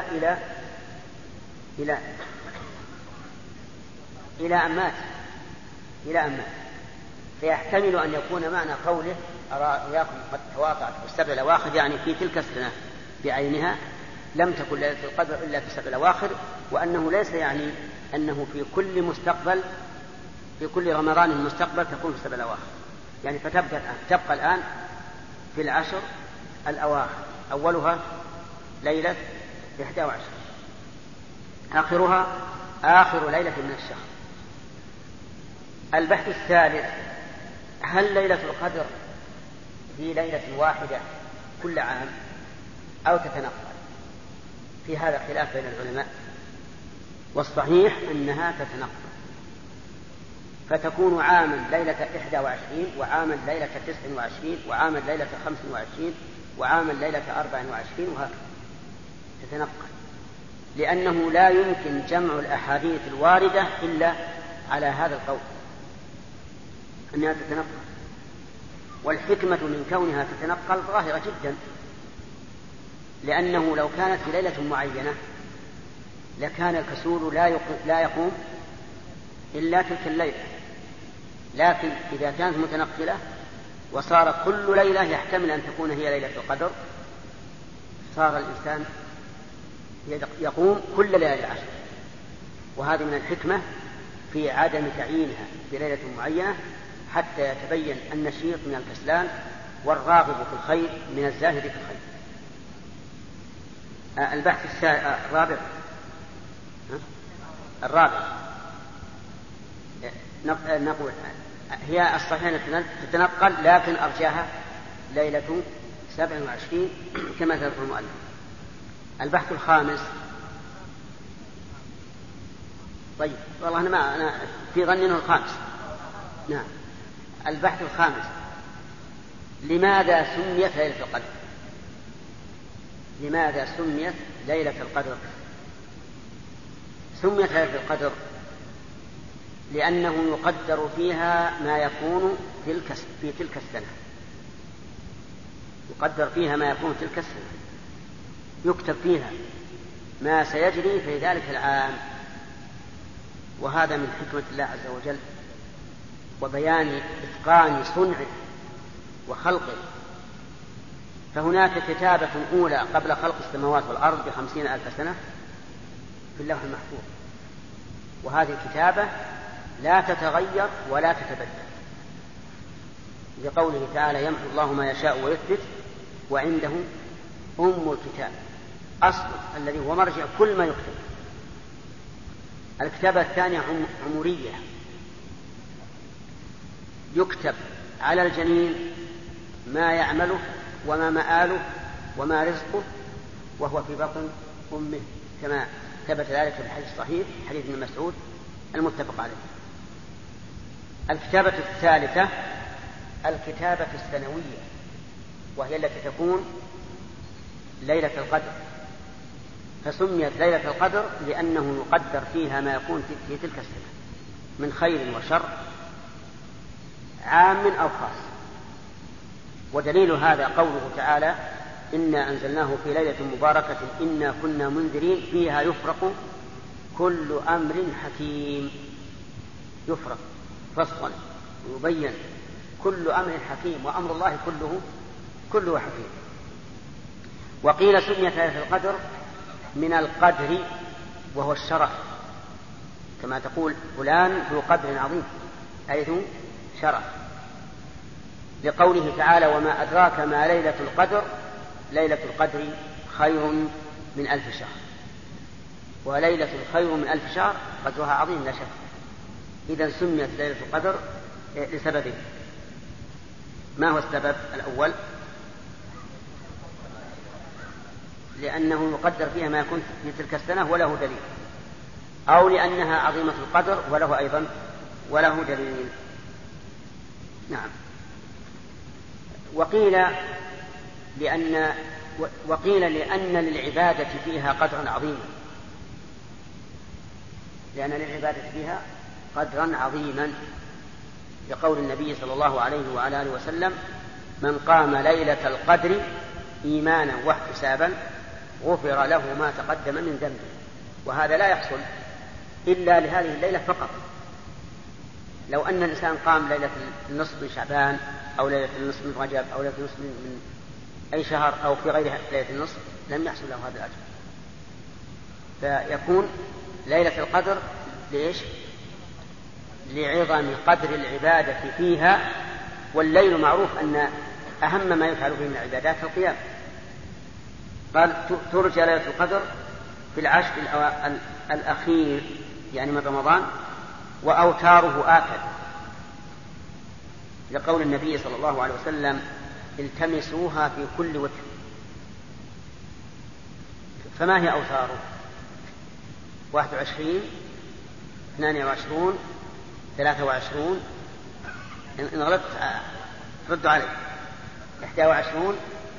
إلى أن مات. فيحتمل أن يكون معنى قوله أرى رؤياكم قد تواطأت في السبع الأواخر يعني في تلك السنة بعينها، لم تكن ليلة القدر إلا في السبع الأواخر، وأنه ليس يعني أنه في كل رمضان المستقبل تكون في السبع الأواخر، يعني تبقى الآن في العشر الأواخر، أولها ليلة 21، آخرها آخر ليلة من الشهر. البحث الثالث: هل ليلة القدر في ليلة واحدة كل عام أو تتنقل؟ في هذا خلاف بين العلماء، والصحيح أنها تتنقل، فتكون عاما ليلة 21، وعاما ليلة 29، وعاما ليلة 25، وعاما ليلة 24، وهكذا تتنقل، لأنه لا يمكن جمع الأحاديث الواردة إلا على هذا القول أنها تتنقل. والحكمة من كونها تتنقل ظاهرة جدا، لأنه لو كانت في ليلة معينة لكان الكسول لا يقوم إلا تلك الليلة، لكن إذا كانت متنقلة وصار كل ليلة يحتمل أن تكون هي ليلة القدر، صار الإنسان يقوم كل ليالي العشر. وهذه من الحكمة في عدم تعيينها بليلة معينة حتى يتبين النشيط من الكسلان والراغب في الخير من الزاهد في الخير. البحث الرابع نقول هي الصحيحة تتنقل، لكن أرجاها ليلة 27 كما ذكر المؤلف. البحث الخامس. طيب والله أنا في ظني أنه الخامس. نعم. البحث الخامس: لماذا سميت ليلة القدر؟ لماذا سميت ليلة القدر؟ سميت ليلة القدر لأنه يقدر فيها ما يكون في تلك السنة. يقدر فيها ما يكون في تلك السنة، يكتب فيها ما سيجري في ذلك العام. وهذا من حكمة الله عز وجل وبيان إتقان صنعه وخلقه. فهناك كتابة أولى قبل خلق السماوات والأرض ب50,000 سنة في اللوح المحفوظ، وهذه الكتابة لا تتغير ولا تتبدل، لقوله تعالى: يمحو الله ما يشاء ويثبت وعنده أم الكتاب، أصل الذي هو مرجع كل ما يكتب. الكتابة الثانية عمرية، يكتب على الجنين ما يعمله وما مآله وما رزقه وهو في بطن أمه، كما ثبت ذلك في الحديث الصحيح حديث ابن مسعود المتفق عليه. الكتابة الثالثة الكتابة السنوية، وهي التي تكون ليلة القدر، فسميت ليلة القدر لأنه يقدر فيها ما يكون في تلك السنة من خير وشر عام أو خاص. ودليل هذا قوله تعالى: إنا أنزلناه في ليلة مباركة إنا كنا منذرين فيها يفرق كل أمر حكيم. يفرق فصلا ويبين كل أمر حكيم، وأمر الله كله حكيم. وقيل سميت ليلة القدر من القدر وهو الشرف، كما تقول فلان ذو قدر عظيم أي ذو شرف، لقوله تعالى: وما أدراك ما ليلة القدر ليلة القدر خير من 1000 شهر. وليلة خير من 1000 شهر قدرها عظيم لا شك. إذن سميت ليلة القدر لسببين. ما هو السبب الأول؟ لأنه يقدر فيها ما يكون في تلك السنة وله دليل، أو لأنها عظيمة القدر وله أيضا دليل. نعم. وقيل لأن للعبادة فيها قدرا عظيما، لأن للعبادة فيها قدرا عظيما، لقول النبي صلى الله عليه وعلى آله وسلم: من قام ليلة القدر إيمانا واحتسابا غفر له ما تقدم من ذنبه. وهذا لا يحصل إلا لهذه الليلة فقط. لو أن الإنسان قام ليلة النصف من شعبان أو ليلة النصف من رجب أو ليلة النصف من أي شهر أو في غير ليلة النصف لم يحصل له هذا الأجر. فيكون ليلة القدر ليش؟ لعظم قدر العبادة فيها. والليل معروف أن أهم ما يفعل فيه من العبادات القيام. قال: ترجى ليلة القدر في العشر الأخير يعني من رمضان، وأوتاره آكد، لقول النبي صلى الله عليه وسلم: التمسوها في كل وتر. فما هي أوتاره؟ 21 22 23 إن غلطت ردوا علي. 21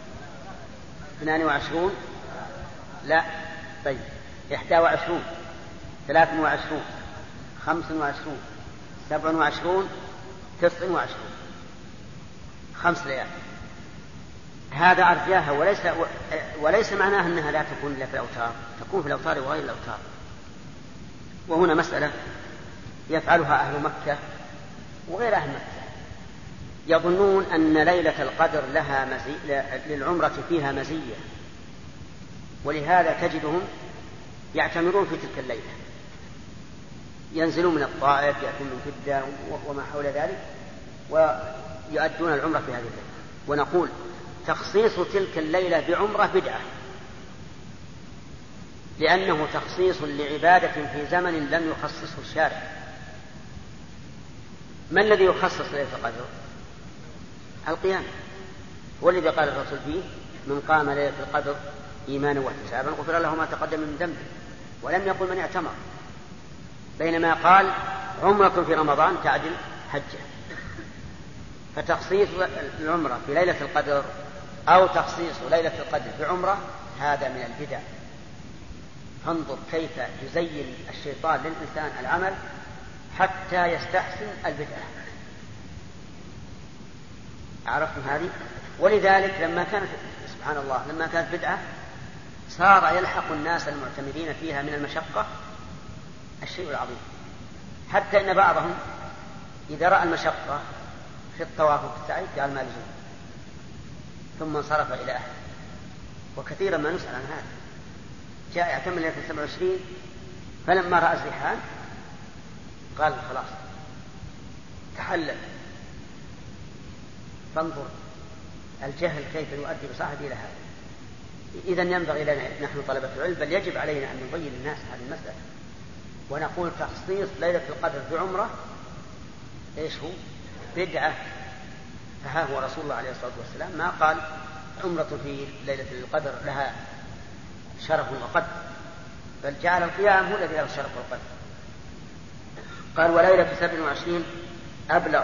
22 لا طيب 21 23 25 27 29 5 ليال. هذا أرجاها، وليس معناها أنها لا تكون إلا في الأوتار، تكون في الأوتار وغير الأوتار. وهنا مسألة يفعلها أهل مكة وغير أهل مكة، يظنون أن ليلة القدر لها للعمرة فيها مزية، ولهذا تجدهم يعتمرون في تلك الليلة، ينزلون من الطائف، يأتون من جدة وما حول ذلك، ويؤدون العمرة في هذه الليلة. ونقول تخصيص تلك الليلة بعمرة بدعة، لأنه تخصيص لعبادة في زمن لم يخصصه الشارع. ما الذي يخصص ليلة القدر؟ القيام، والذي قال الرسول فيه: من قام ليلة القدر إيمانا واحتسابا غفر له ما تقدم من ذنبه، ولم يقل من اعتمر، بينما قال عمرة في رمضان تعدل حجة. فتخصيص العمرة في ليلة القدر أو تخصيص ليلة القدر بعمرة هذا من البدع. فانظر كيف يزين الشيطان للإنسان العمل حتى يستحسن البدعة. عرفتم هذه؟ ولذلك لما كانت سبحان الله لما كانت بدعة صار يلحق الناس المعتمدين فيها من المشقة الشيء العظيم، حتى إن بعضهم إذا رأى المشقة في الطواف وفي السعي قال ما لزوم، ثم انصرف إلى أهله. وكثيرا ما نسأل عن هذا، جاء يعتمر ليلة 27 فلما رأى الزحام قال خلاص تحلل. فانظر الجهل كيف يؤدي بصاحبه إلى هذا. إذن ينبغي لنا نحن طلبة العلم، بل يجب علينا أن نبين للناس هذه المسألة، ونقول تخصيص ليلة القدر بعمرة إيش هو؟ بدعة. فها هو رسول الله عليه الصلاة والسلام ما قال عمرة في ليلة القدر لها شرف وقدر، بل جعل القيام هو الذي له الشرف والقدر. قال وليلة 27 أبلغ،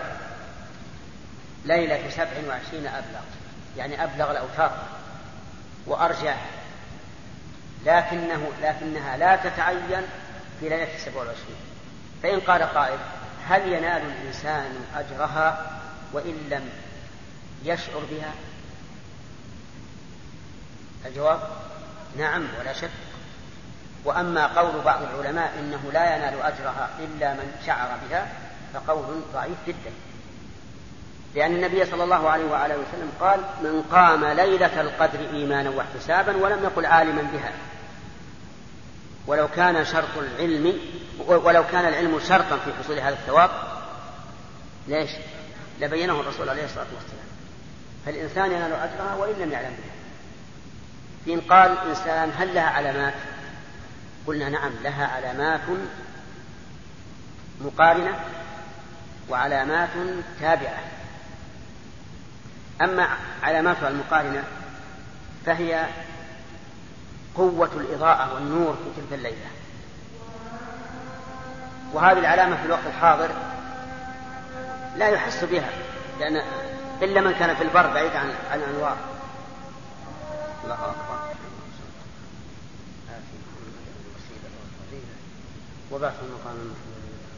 ليلة 27 أبلغ يعني أبلغ الأوتار وأرجح، لكنها لا تتعين في ليلة 27. فإن قال قائل هل ينال الإنسان أجرها وإن لم يشعر بها؟ الجواب نعم ولا شك. وأما قول بعض العلماء إنه لا ينال أجرها إلا من شعر بها فقول ضعيف جدا، لأن النبي صلى الله عليه وآله وسلم قال من قام ليلة القدر إيمانا واحتسابا، ولم يقل عالما بها. ولو كان العلم شرطا في حصول هذا الثواب ليش لبينه الرسول عليه الصلاة والسلام. فالإنسان ينال أجرها وإن لم يعلم بها. إن قال الإنسان هل لها علامات؟ قلنا نعم لها علامات مقارنة وعلامات تابعة. أما علاماتها المقارنة فهي قوة الإضاءة والنور في تلك الليلة، وهذه العلامة في الوقت الحاضر لا يحس بها لأن إلا من كان في البر بعيد عن الأنوار. الله أكبر. وبعث المقام المحمود.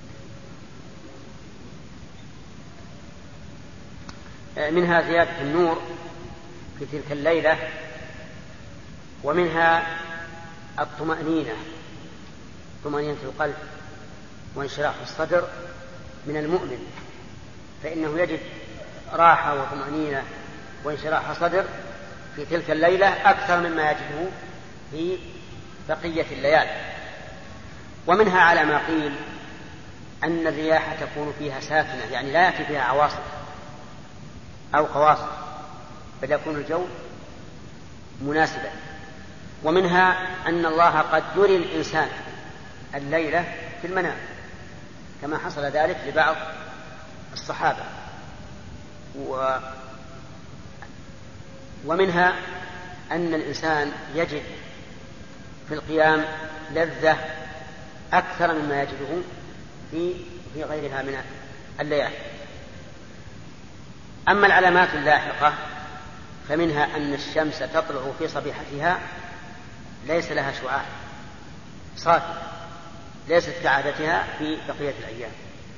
منها زيادة النور في تلك الليلة، ومنها الطمأنينة، طمأنينة القلب وانشراح الصدر من المؤمن، فإنه يجد راحة وطمأنينة وانشراح صدر في تلك الليلة أكثر مما يجده في بقية الليالي. ومنها على ما قيل أن الرياح تكون فيها ساكنة، يعني لا يأتي فيها عواصف أو قواصف، بل يكون الجو مناسبا. ومنها أن الله قد يري الإنسان الليلة في المنام كما حصل ذلك لبعض الصحابة. ومنها أن الإنسان يجد في القيام لذة أكثر مما يجده في غيرها من الليالي. أما العلامات اللاحقة فمنها أن الشمس تطلع في صبيحتها ليس لها شعاع صافي، ليست كعادتها في بقية الأيام.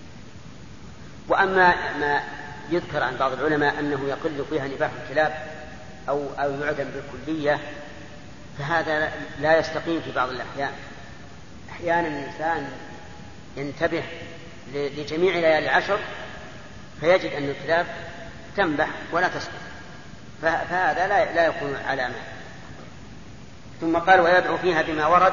وأما ما يذكر عن بعض العلماء أنه يقل فيها نباح الكلاب أو يعدم بالكلية، فهذا لا يستقيم في بعض الأحيان. أحيانا الإنسان ينتبه لجميع ليالي العشر فيجد أن الكلاب تنبح ولا تسكت، فهذا لا يكون علامة. ثم قال ويدعو فيها بما ورد،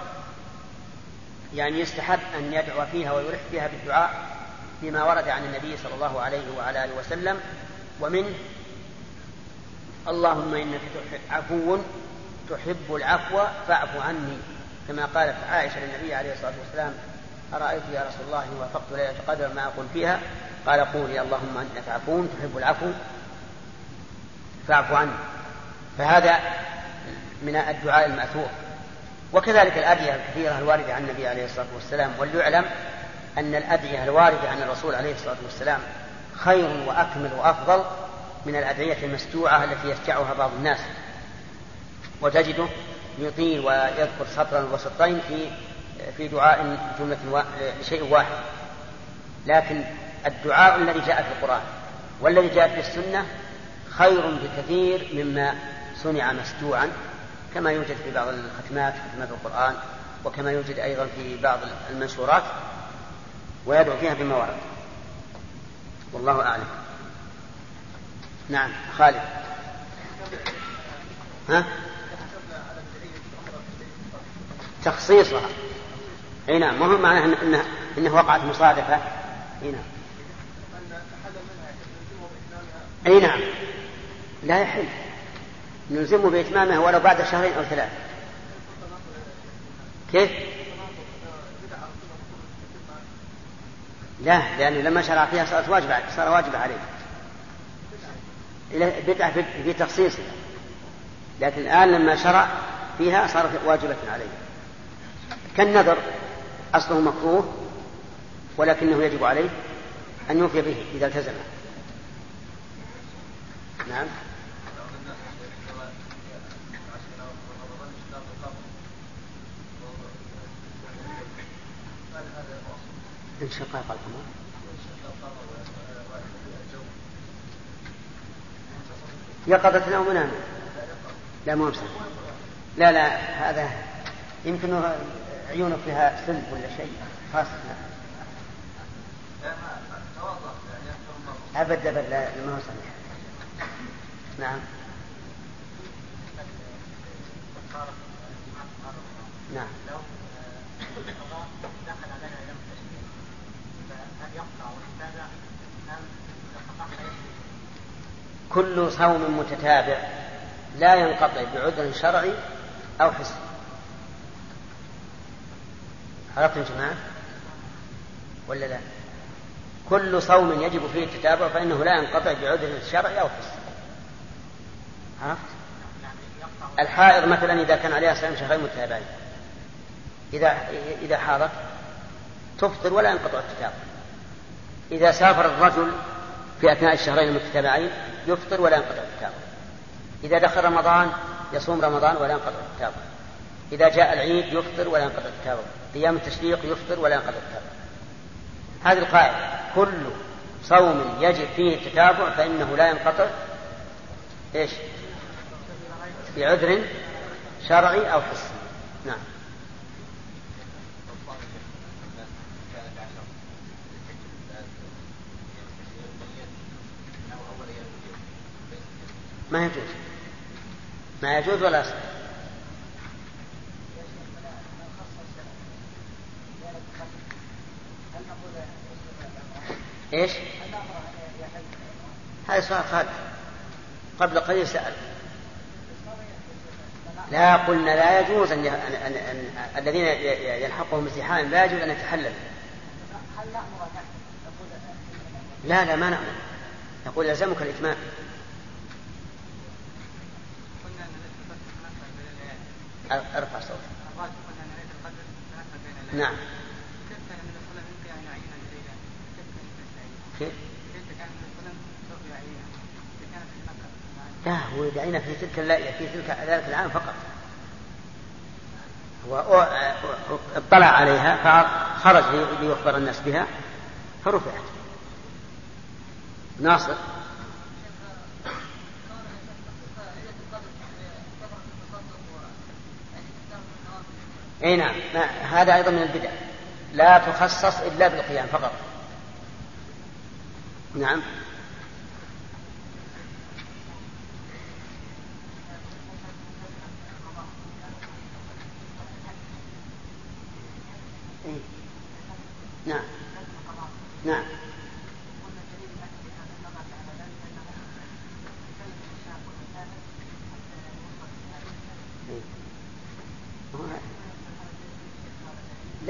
يعني يستحب أن يدعو فيها ويلح فيها بالدعاء بما ورد عن النبي صلى الله عليه وعلى آله وسلم، ومن اللهم إنك عفو تحب العفو فاعف عني، كما قالت عائشة للنبي عليه الصلاة والسلام أرأيت يا رسول الله إن وافقت ليلة القدر ما أقول فيها؟ قال قولي اللهم إنك عفو تحب العفو فاعف عني. فهذا من الدعاء المأثور. وكذلك الأدعية الكثيرة الواردة عن النبي عليه الصلاة والسلام. وليعلم أن الأدعية الواردة عن الرسول عليه الصلاة والسلام خير وأكمل وأفضل من الأدعية المستوعة التي يستعها بعض الناس، وتجده يطيل ويذكر سطرا وسطرين في دعاء جملة شيء واحد. لكن الدعاء الذي جاء في القرآن والذي جاء في السنة خير بكثير مما صنع مستوعا، كما يوجد في بعض الختمات ختمات القرآن، وكما يوجد أيضا في بعض المنشورات، ويدعو فيها بما ورد. والله أعلم. نعم خالد. ها؟ تخصيصها. اي نعم، مهم معناه انه وقعت مصادفة. اي نعم. اي نعم، لا يحل نلزمه بإتمامه ولو بعد 2 أو 3. كيف؟ لا، لأنه لما شرع فيها صار واجب عليه. بدعة في تخصيصها، لكن الآن لما شرع فيها صارت واجبة عليه. كالنذر أصله مكروه ولكنه يجب عليه أن يوفي به إذا التزمه. نعم. انشقاق القمر يقظة أو منام؟ لا مو أمسك. لا هذا يمكن عيونك فيها سلب ولا شيء خاص. أبدا لا ما هو صحيح. نعم. نعم. كل صوم متتابع لا ينقطع بعذر شرعي أو حسي. عرفتم جماعة ولا لا؟ كل صوم يجب فيه التتابع فإنه لا ينقطع بعذر شرعي أو حسي. عرفت؟ الحائض مثلا إذا كان عليها صيام 2 متتابعين إذا حاضت تفطر ولا ينقطع التتابع. إذا سافر الرجل في أثناء 2 المتتابعين يفطر ولا ينقطع التتابع. إذا دخل رمضان يصوم رمضان ولا ينقطع التتابع. إذا جاء العيد يفطر ولا ينقطع التتابع. أيام التشريق يفطر ولا ينقطع التتابع. هذه القاعدة. كل صوم يجب فيه التتابع فإنه لا ينقطع إيش؟ بعذر شرعي أو حسي. نعم. ما يجوز ولا يصح. ايش؟ هذا سؤال خالد قبل قليل سأل. لا قلنا لا يجوز أن الذين يلحقهم ازدحام لا يجوز أن يتحلل. لا ما نأمر، نقول يلزمك الإتمام. ارفع صوتك. نعم. كيف؟ لا هو يدعينا في ذلك العام فقط. هو اطلع عليها فخرج ليخبر الناس بها فرفعت. ناصر. اي نعم، هذا ايضا من البدع، لا تخصص الا بالقيام فقط. نعم.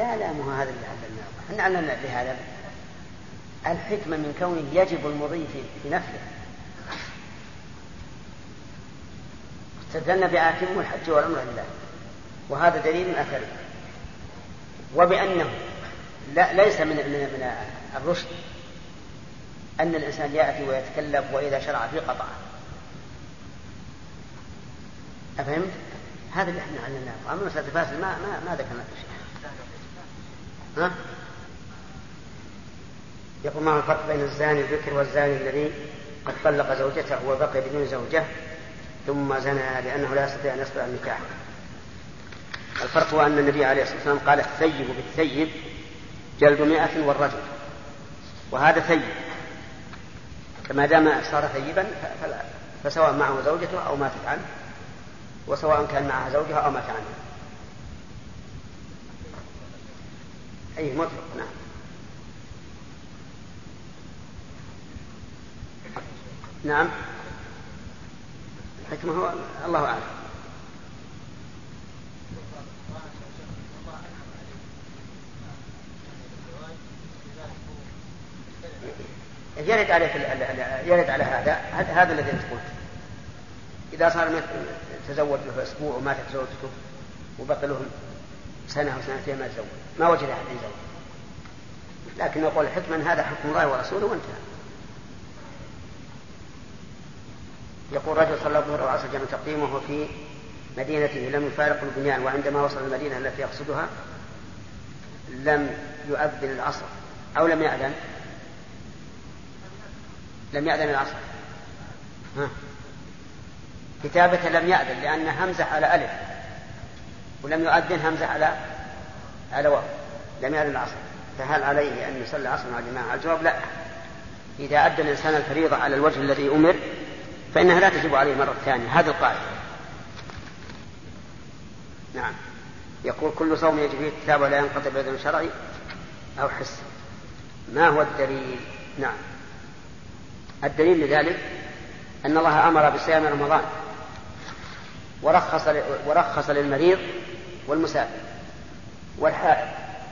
لا مو هذا اللي علمناه. احنا علمنا بهذا الحكمة من كونه يجب المضي في نفله. استدلنا بآتم الحج والعمرة لله، وهذا دليل أثري. وبأنه ليس من الرشد أن الإنسان يأتي ويتكلم وإذا شرع في قطعه. أفهمت؟ هذا اللي احنا علمناه. أما مسألة الفاسد ما ذكرنا شيء. ها؟ يقول ما الفرق بين الزاني البكر والزاني الذي قد طلق زوجته وبقي بدون زوجة ثم زنى لأنه لا يستطيع أن يصبر على النكاح؟ الفرق هو أن النبي عليه الصلاة والسلام قال الثيب بالثيب جلد 100 والرجل، وهذا ثيب، فما دام صار ثيبا فسواء معه زوجته أو ماتت عنه، وسواء كان معها زوجها أو مات عنه. أي مطلق. نعم. نعم. الحكمة هو الله أعلم. يرد على هذا الذي أنت قلت. إذا صار تزوج له أسبوع وماتت زوجته وبقي له سنة أو سنتين ما تزوج، ما وجد أحد يزوج، لكن نقول الحكمة أن هذا حكم الله ورسوله وانتهى. يقول رجل صلى الظهر والعصر جمع تقديم وهو في مدينته لم يفارق البنيان، وعندما وصل المدينة التي يقصدها لم يؤذن العصر أو لم يأذن العصر. كتابة لم يأذن لأن همزة على ألف، ولم يؤذن همزة على واو، لم يأذن العصر. فهل عليه أن يصلي العصر مع الجماعة؟ الجواب لا. إذا أدى الإنسان الفريضة على الوجه الذي أمر فإنها لا تجب عليه مرة ثانية. هذا القاعدة. نعم. يقول كل صوم يجب فيه الكتاب ولا ينقطع بإذن شرعي أو حس. ما هو الدليل؟ نعم. الدليل لذلك أن الله أمر بصيام رمضان ورخص للمريض والمسافر والحائض.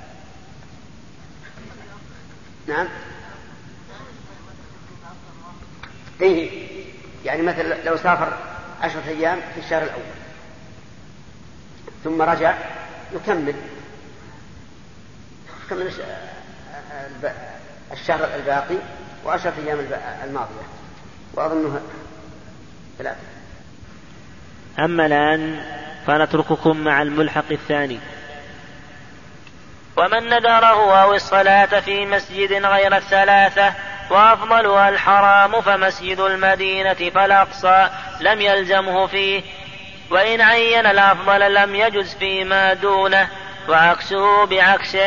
نعم. إيه يعني مثل لو سافر 10 أيام في الشهر الأول ثم رجع يكمل الشهر الباقي و10 أيام الماضية، وأظنها 3. أما الآن فنترككم مع الملحق الثاني. ومن ندره أو الصلاة في مسجد غير الثلاثة وأفضلها الحرام فمسجد المدينة فالأقصى لم يلزمه فيه، وإن عين الأفضل لم يجز فيما دونه، وعكسه بعكسه.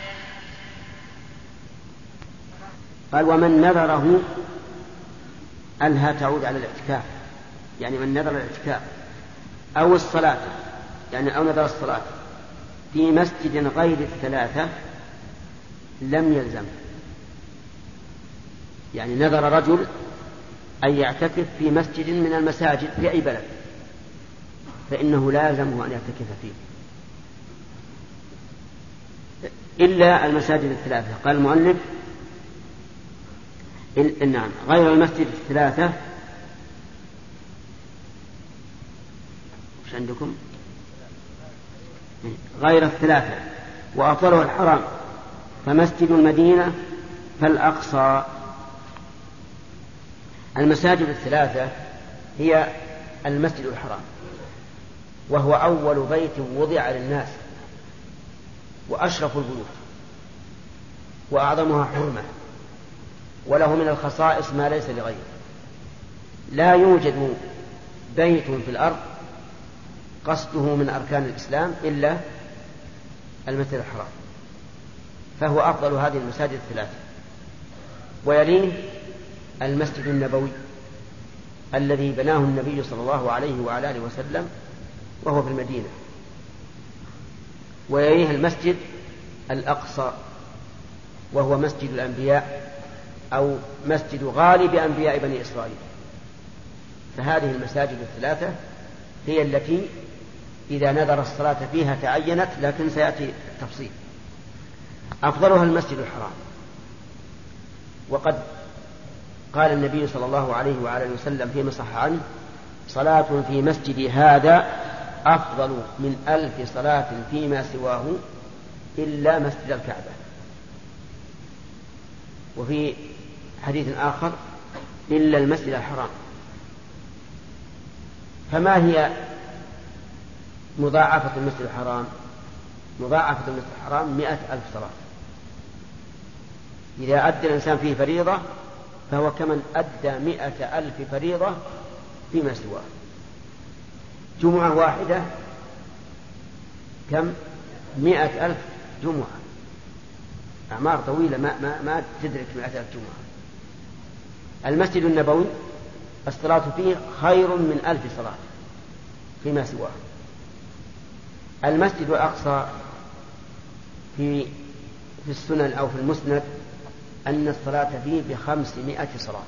قال ومن نذره أنها تعود على الاعتكاف، يعني من نذر الاعتكاف أو الصلاة، يعني أو نذر الصلاة في مسجد غير الثلاثة لم يلزم. يعني نذر رجل أن يعتكف في مسجد من المساجد في أي بلد فإنه لازمه أن يعتكف فيه إلا المساجد الثلاثة. قال المؤلف نعم غير المسجد الثلاثة. وش عندكم؟ غير الثلاثة وأفضله الحرام فمسجد المدينة فالأقصى. المساجد الثلاثة هي المسجد الحرام، وهو أول بيت وضع للناس وأشرف البيوت وأعظمها حرمة، وله من الخصائص ما ليس لغيره. لا يوجد بيت في الأرض قصده من أركان الإسلام إلا المسجد الحرام، فهو أفضل هذه المساجد الثلاثة. ويليه المسجد النبوي الذي بناه النبي صلى الله عليه وعلى آله وسلم وهو في المدينة. ويليه المسجد الأقصى وهو مسجد الأنبياء أو مسجد غالب أنبياء بني إسرائيل. فهذه المساجد الثلاثة هي التي إذا نذر الصلاة فيها تعينت، لكن سيأتي التفصيل. أفضلها المسجد الحرام. وقد قال النبي صلى الله عليه وعلى اله وسلم فيما صح عنه: صلاة في مسجد هذا أفضل من 1000 صلاة فيما سواه إلا مسجد الكعبة. وفي حديث آخر: إلا المسجد الحرام. فما هي مضاعفة المسجد الحرام؟ مضاعفة المسجد الحرام 100,000 صلاة. إذا أدى الإنسان فيه فريضة فهو كمن أدى 100,000 فريضة فيما سواه. جمعة واحدة كم؟ 100,000 جمعة. أعمار طويلة ما تدرك 100,000 جمعة. المسجد النبوي الصلاة فيه خير من 1000 صلاة فيما سواه. المسجد الأقصى في السنن أو في المسند أن الصلاة فيه ب500 صلاة.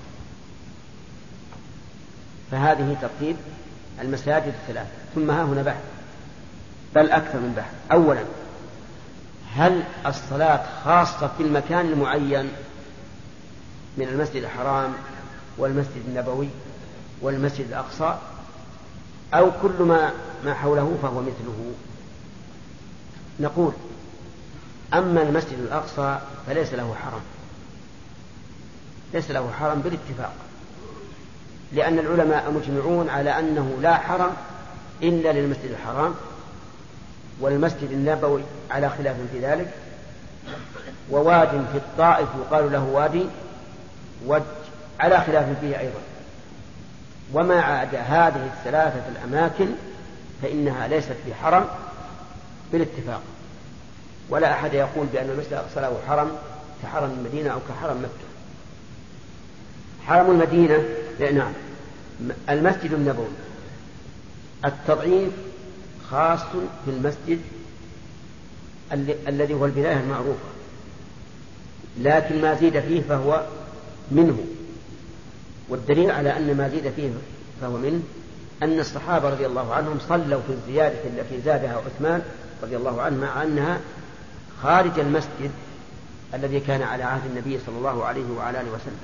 فهذه ترتيب المساجد الثلاثة. ثم ها هنا بحث، بل أكثر من بحث. أولا، هل الصلاة خاصة في المكان المعين من المسجد الحرام والمسجد النبوي والمسجد الأقصى، أو كل ما حوله فهو مثله؟ نقول: أما المسجد الأقصى فليس له حرم، ليس له حرم بالاتفاق، لأن العلماء مجمعون على أنه لا حرم إلا للمسجد الحرام، والمسجد النبوي على خلاف في ذلك، وواد في الطائف يقال له وادي وج على خلاف فيه أيضا. وما عدا هذه الثلاثة الأماكن فإنها ليست بحرم بالاتفاق، ولا أحد يقول بأن المسجد الأقصى له حرم كحرم المدينة أو كحرم مكة. حرم المدينة، نعم، المسجد النبوي التضعيف خاص في المسجد الذي هو البداية المعروفة، لكن ما زيد فيه فهو منه. والدليل على أن ما زيد فيه فهو منه أن الصحابة رضي الله عنهم صلوا في الزيادة التي زادها عثمان رضي الله عنه، مع أنها خارج المسجد الذي كان على عهد النبي صلى الله عليه وعلى آله وسلم.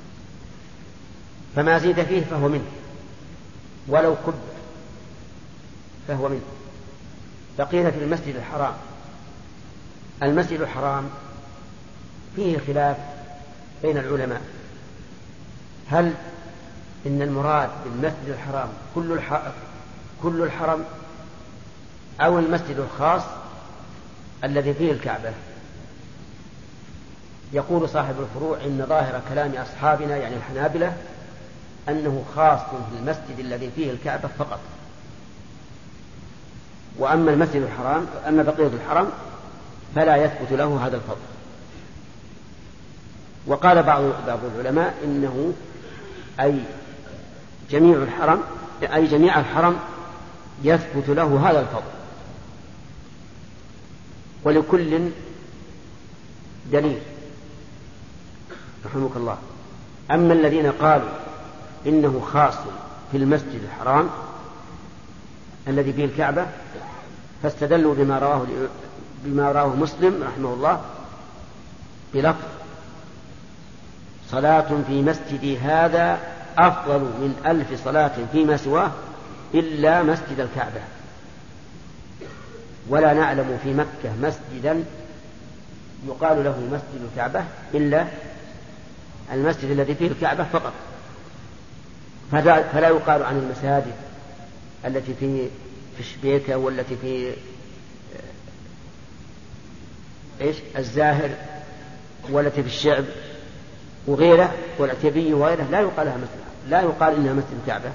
فما زيد فيه فهو منه، ولو كب فهو منه. بقينا في المسجد الحرام. المسجد الحرام فيه خلاف بين العلماء: هل إن المراد بالمسجد الحرام كل الحرم، أو المسجد الخاص الذي فيه الكعبة؟ يقول صاحب الفروع: إن ظاهر كلام أصحابنا يعني الحنابلة أنه خاص في المسجد الذي فيه الكعبة فقط، وأما المسجد الحرام، أما بقية الحرم فلا يثبت له هذا الفضل. وقال بعض العلماء إنه أي جميع الحرم يثبت له هذا الفضل، ولكل دليل رحمك الله. أما الذين قالوا إنه خاص في المسجد الحرام الذي فيه الكعبة فاستدلوا بما رواه مسلم رحمه الله بلفظ: صلاة في مسجدي هذا أفضل من 1000 صلاة فيما سواه إلا مسجد الكعبة. ولا نعلم في مكة مسجدا يقال له مسجد الكعبة إلا المسجد الذي فيه الكعبة فقط. فلا يقال عن المساجد التي في شبيكة والتي في الزاهر والتي في الشعب وغيره والعتيبي وغيره لا يقال إنها مسجد الكعبة.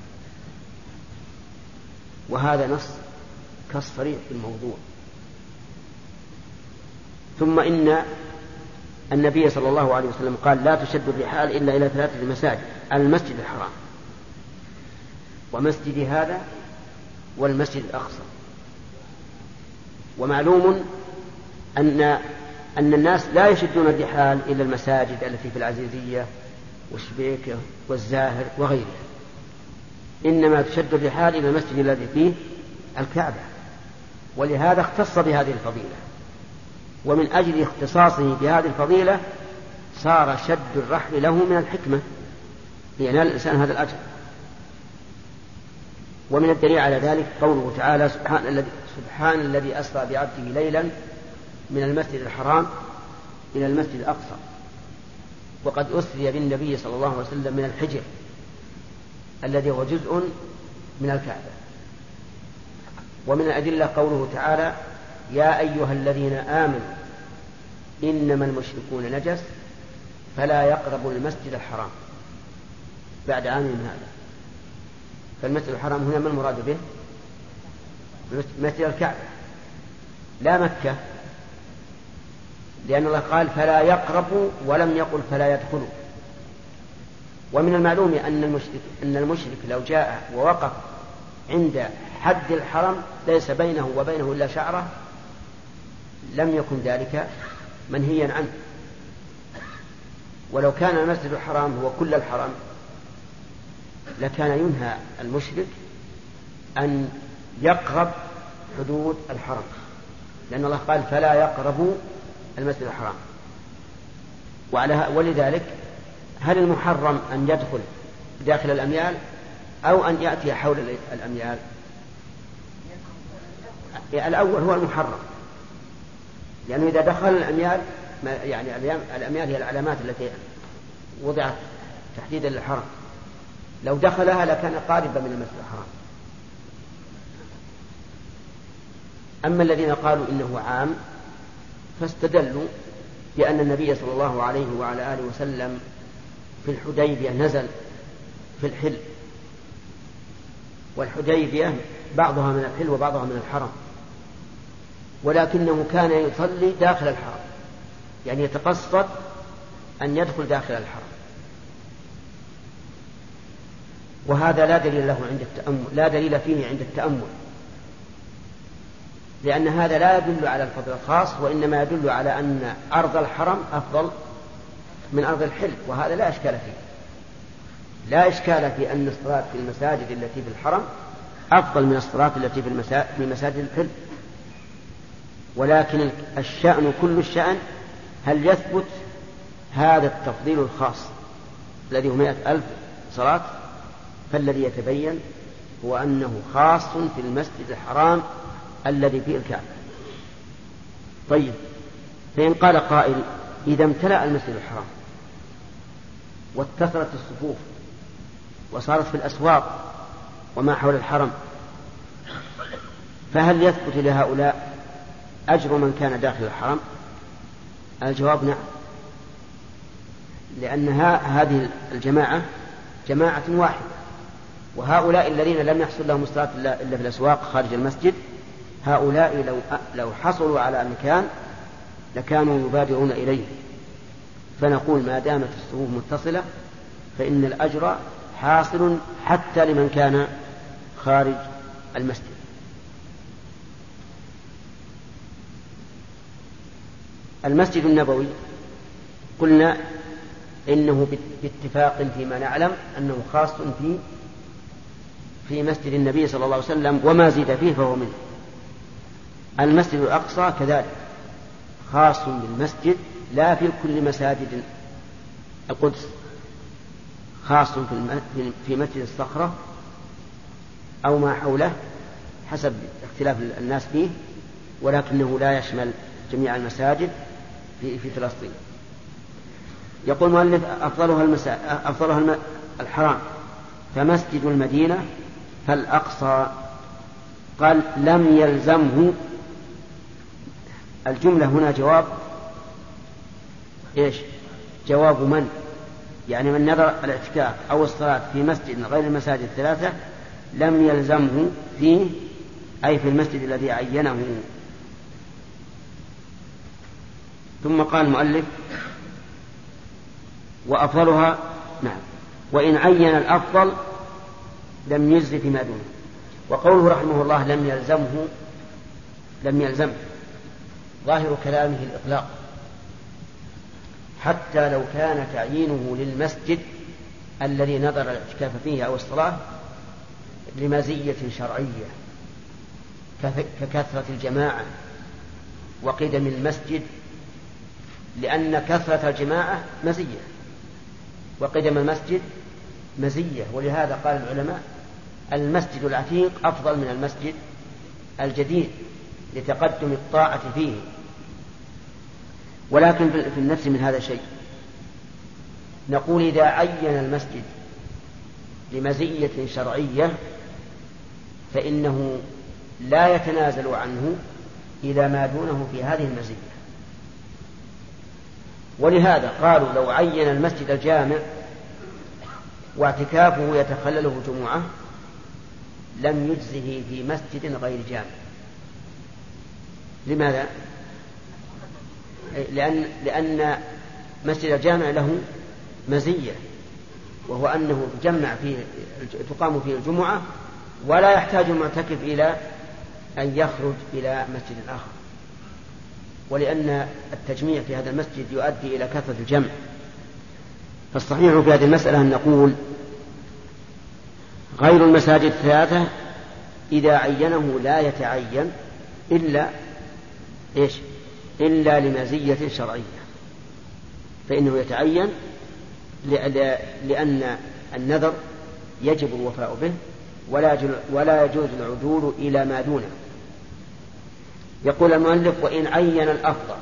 وهذا نص كالصريح في الموضوع. ثم إن النبي صلى الله عليه وسلم قال: لا تشد الرحال إلا إلى 3 مساجد: المسجد الحرام ومسجد هذا والمسجد الأقصى. ومعلوم أن الناس لا يشدون الرحال إلى المساجد التي في العزيزية والشبيكة والزاهر وغيرها، إنما تشد الرحال إلى المسجد الذي فيه الكعبة، ولهذا اختص بهذه الفضيلة. ومن أجل اختصاصه بهذه الفضيلة صار شد الرحل له من الحكمة لينال الإنسان هذا الأجر. ومن الدليل على ذلك قوله تعالى سبحان الذي أسرى بعبده ليلا من المسجد الحرام إلى المسجد الأقصى، وقد أسري بالنبي صلى الله عليه وسلم من الحجر الذي هو جزء من الكعبة. ومن الأدلة قوله تعالى يا أيها الذين آمنوا إنما المشركون نجس فلا يقربوا المسجد الحرام بعد عامهم هذا. فالمسجد الحرام هنا ما المراد به؟ مسجد الكعبة لا مكة، لأن الله قال فلا يقربوا ولم يقل فلا يدخلوا. ومن المعلوم أن المشرك لو جاء ووقف عند حد الحرم ليس بينه وبينه إلا شعرة لم يكن ذلك منهيا عنه. ولو كان المسجد الحرام هو كل الحرم لكان ينهى المشرك أن يقرب حدود الحرم، لأن الله قال فلا يقربوا المسجد الحرام. ولذلك هل المحرم أن يدخل داخل الأميال أو أن يأتي حول الأميال؟ الأول هو المحرم، لأنه إذا دخل الأميال يعني الأميال هي العلامات التي وضعت تحديدا للحرم، لو دخلها لكان قاربا من المسجد الحرام. أما الذين قالوا إنه عام فاستدلوا بأن النبي صلى الله عليه وعلى آله وسلم في الحديبية نزل في الحل، والحديبية بعضها من الحل وبعضها من الحرم، ولكنه كان يصلي داخل الحرم، يعني يتقصد أن يدخل داخل الحرم. وهذا لا دليل له عند التأمل، لا دليل فيه عند التأمل، لأن هذا لا يدل على الفضل الخاص، وإنما يدل على أن أرض الحرم أفضل من أرض الحل، وهذا لا إشكال فيه. لا إشكال في أن الصلاة في المساجد التي في الحرم أفضل من الصلاة التي في مساجد الحل، ولكن الشأن كل الشأن هل يثبت هذا التفضيل الخاص الذي هو 100,000 صلاة؟ فالذي يتبين هو أنه خاص في المسجد الحرام الذي فيه الكعبة. طيب، فإن قال قائل إذا امتلأ المسجد الحرام واتصلت الصفوف وصارت في الأسواق وما حول الحرم، فهل يثبت لهؤلاء أجر من كان داخل الحرم؟ الجواب نعم، لأن هذه الجماعة جماعة واحدة، وهؤلاء الذين لم يحصل لهم الصلاة إلا في الأسواق خارج المسجد، هؤلاء لو حصلوا على مكان لكانوا يبادرون إليه. فنقول ما دامت الصفوف متصلة فإن الأجر حاصل حتى لمن كان خارج المسجد. المسجد النبوي قلنا إنه باتفاق فيما نعلم أنه خاص في مسجد النبي صلى الله عليه وسلم، وما زيد فيه فهو منه. المسجد الأقصى كذلك خاص بالمسجد لا في كل مساجد القدس، خاص في مسجد الصخرة أو ما حوله حسب اختلاف الناس فيه، ولكنه لا يشمل جميع المساجد في فلسطين. يقول المؤلف أفضلها الحرام، فمسجد المدينة فالأقصى. قال لم يلزمه. الجملة هنا جواب إيش؟ جواب من؟ يعني من نذر الاعتكاف أو الصلاة في مسجد غير المساجد الثلاثة لم يلزمه فيه، أي في المسجد الذي عينه. ثم قال المؤلف وأفضلها نعم، وإن عين الأفضل لم يجز فيما دونه. وقوله رحمه الله لم يلزم ظاهر كلامه الإطلاق، حتى لو كان تعيينه للمسجد الذي نظر الاعتكاف فيه أو الصلاة لمزية شرعية ككثرة الجماعة وقدم المسجد، لأن كثرة الجماعة مزية وقدم المسجد مزية، ولهذا قال العلماء المسجد العتيق أفضل من المسجد الجديد لتقدم الطاعة فيه. ولكن في النفس من هذا شيء، نقول إذا عين المسجد لمزية شرعية فإنه لا يتنازل عنه إلى ما دونه في هذه المزية. ولهذا قالوا لو عين المسجد الجامع واعتكافه يتخلله جمعة لم يجزه في مسجد غير جامع. لماذا؟ لأن مسجد الجامع له مزية، وهو أنه تقام فيه الجمعة ولا يحتاج المعتكف إلى أن يخرج إلى مسجد آخر، ولأن التجميع في هذا المسجد يؤدي إلى كثرة الجمع. فالصحيح في هذه المسألة أن نقول غير المساجد الثلاثة إذا عينه لا يتعين إلا لمزية شرعية، فإنه يتعين لأن النذر يجب الوفاء به ولا يجوز العدول إلى ما دونه. يقول المؤلف وإن عين الأفضل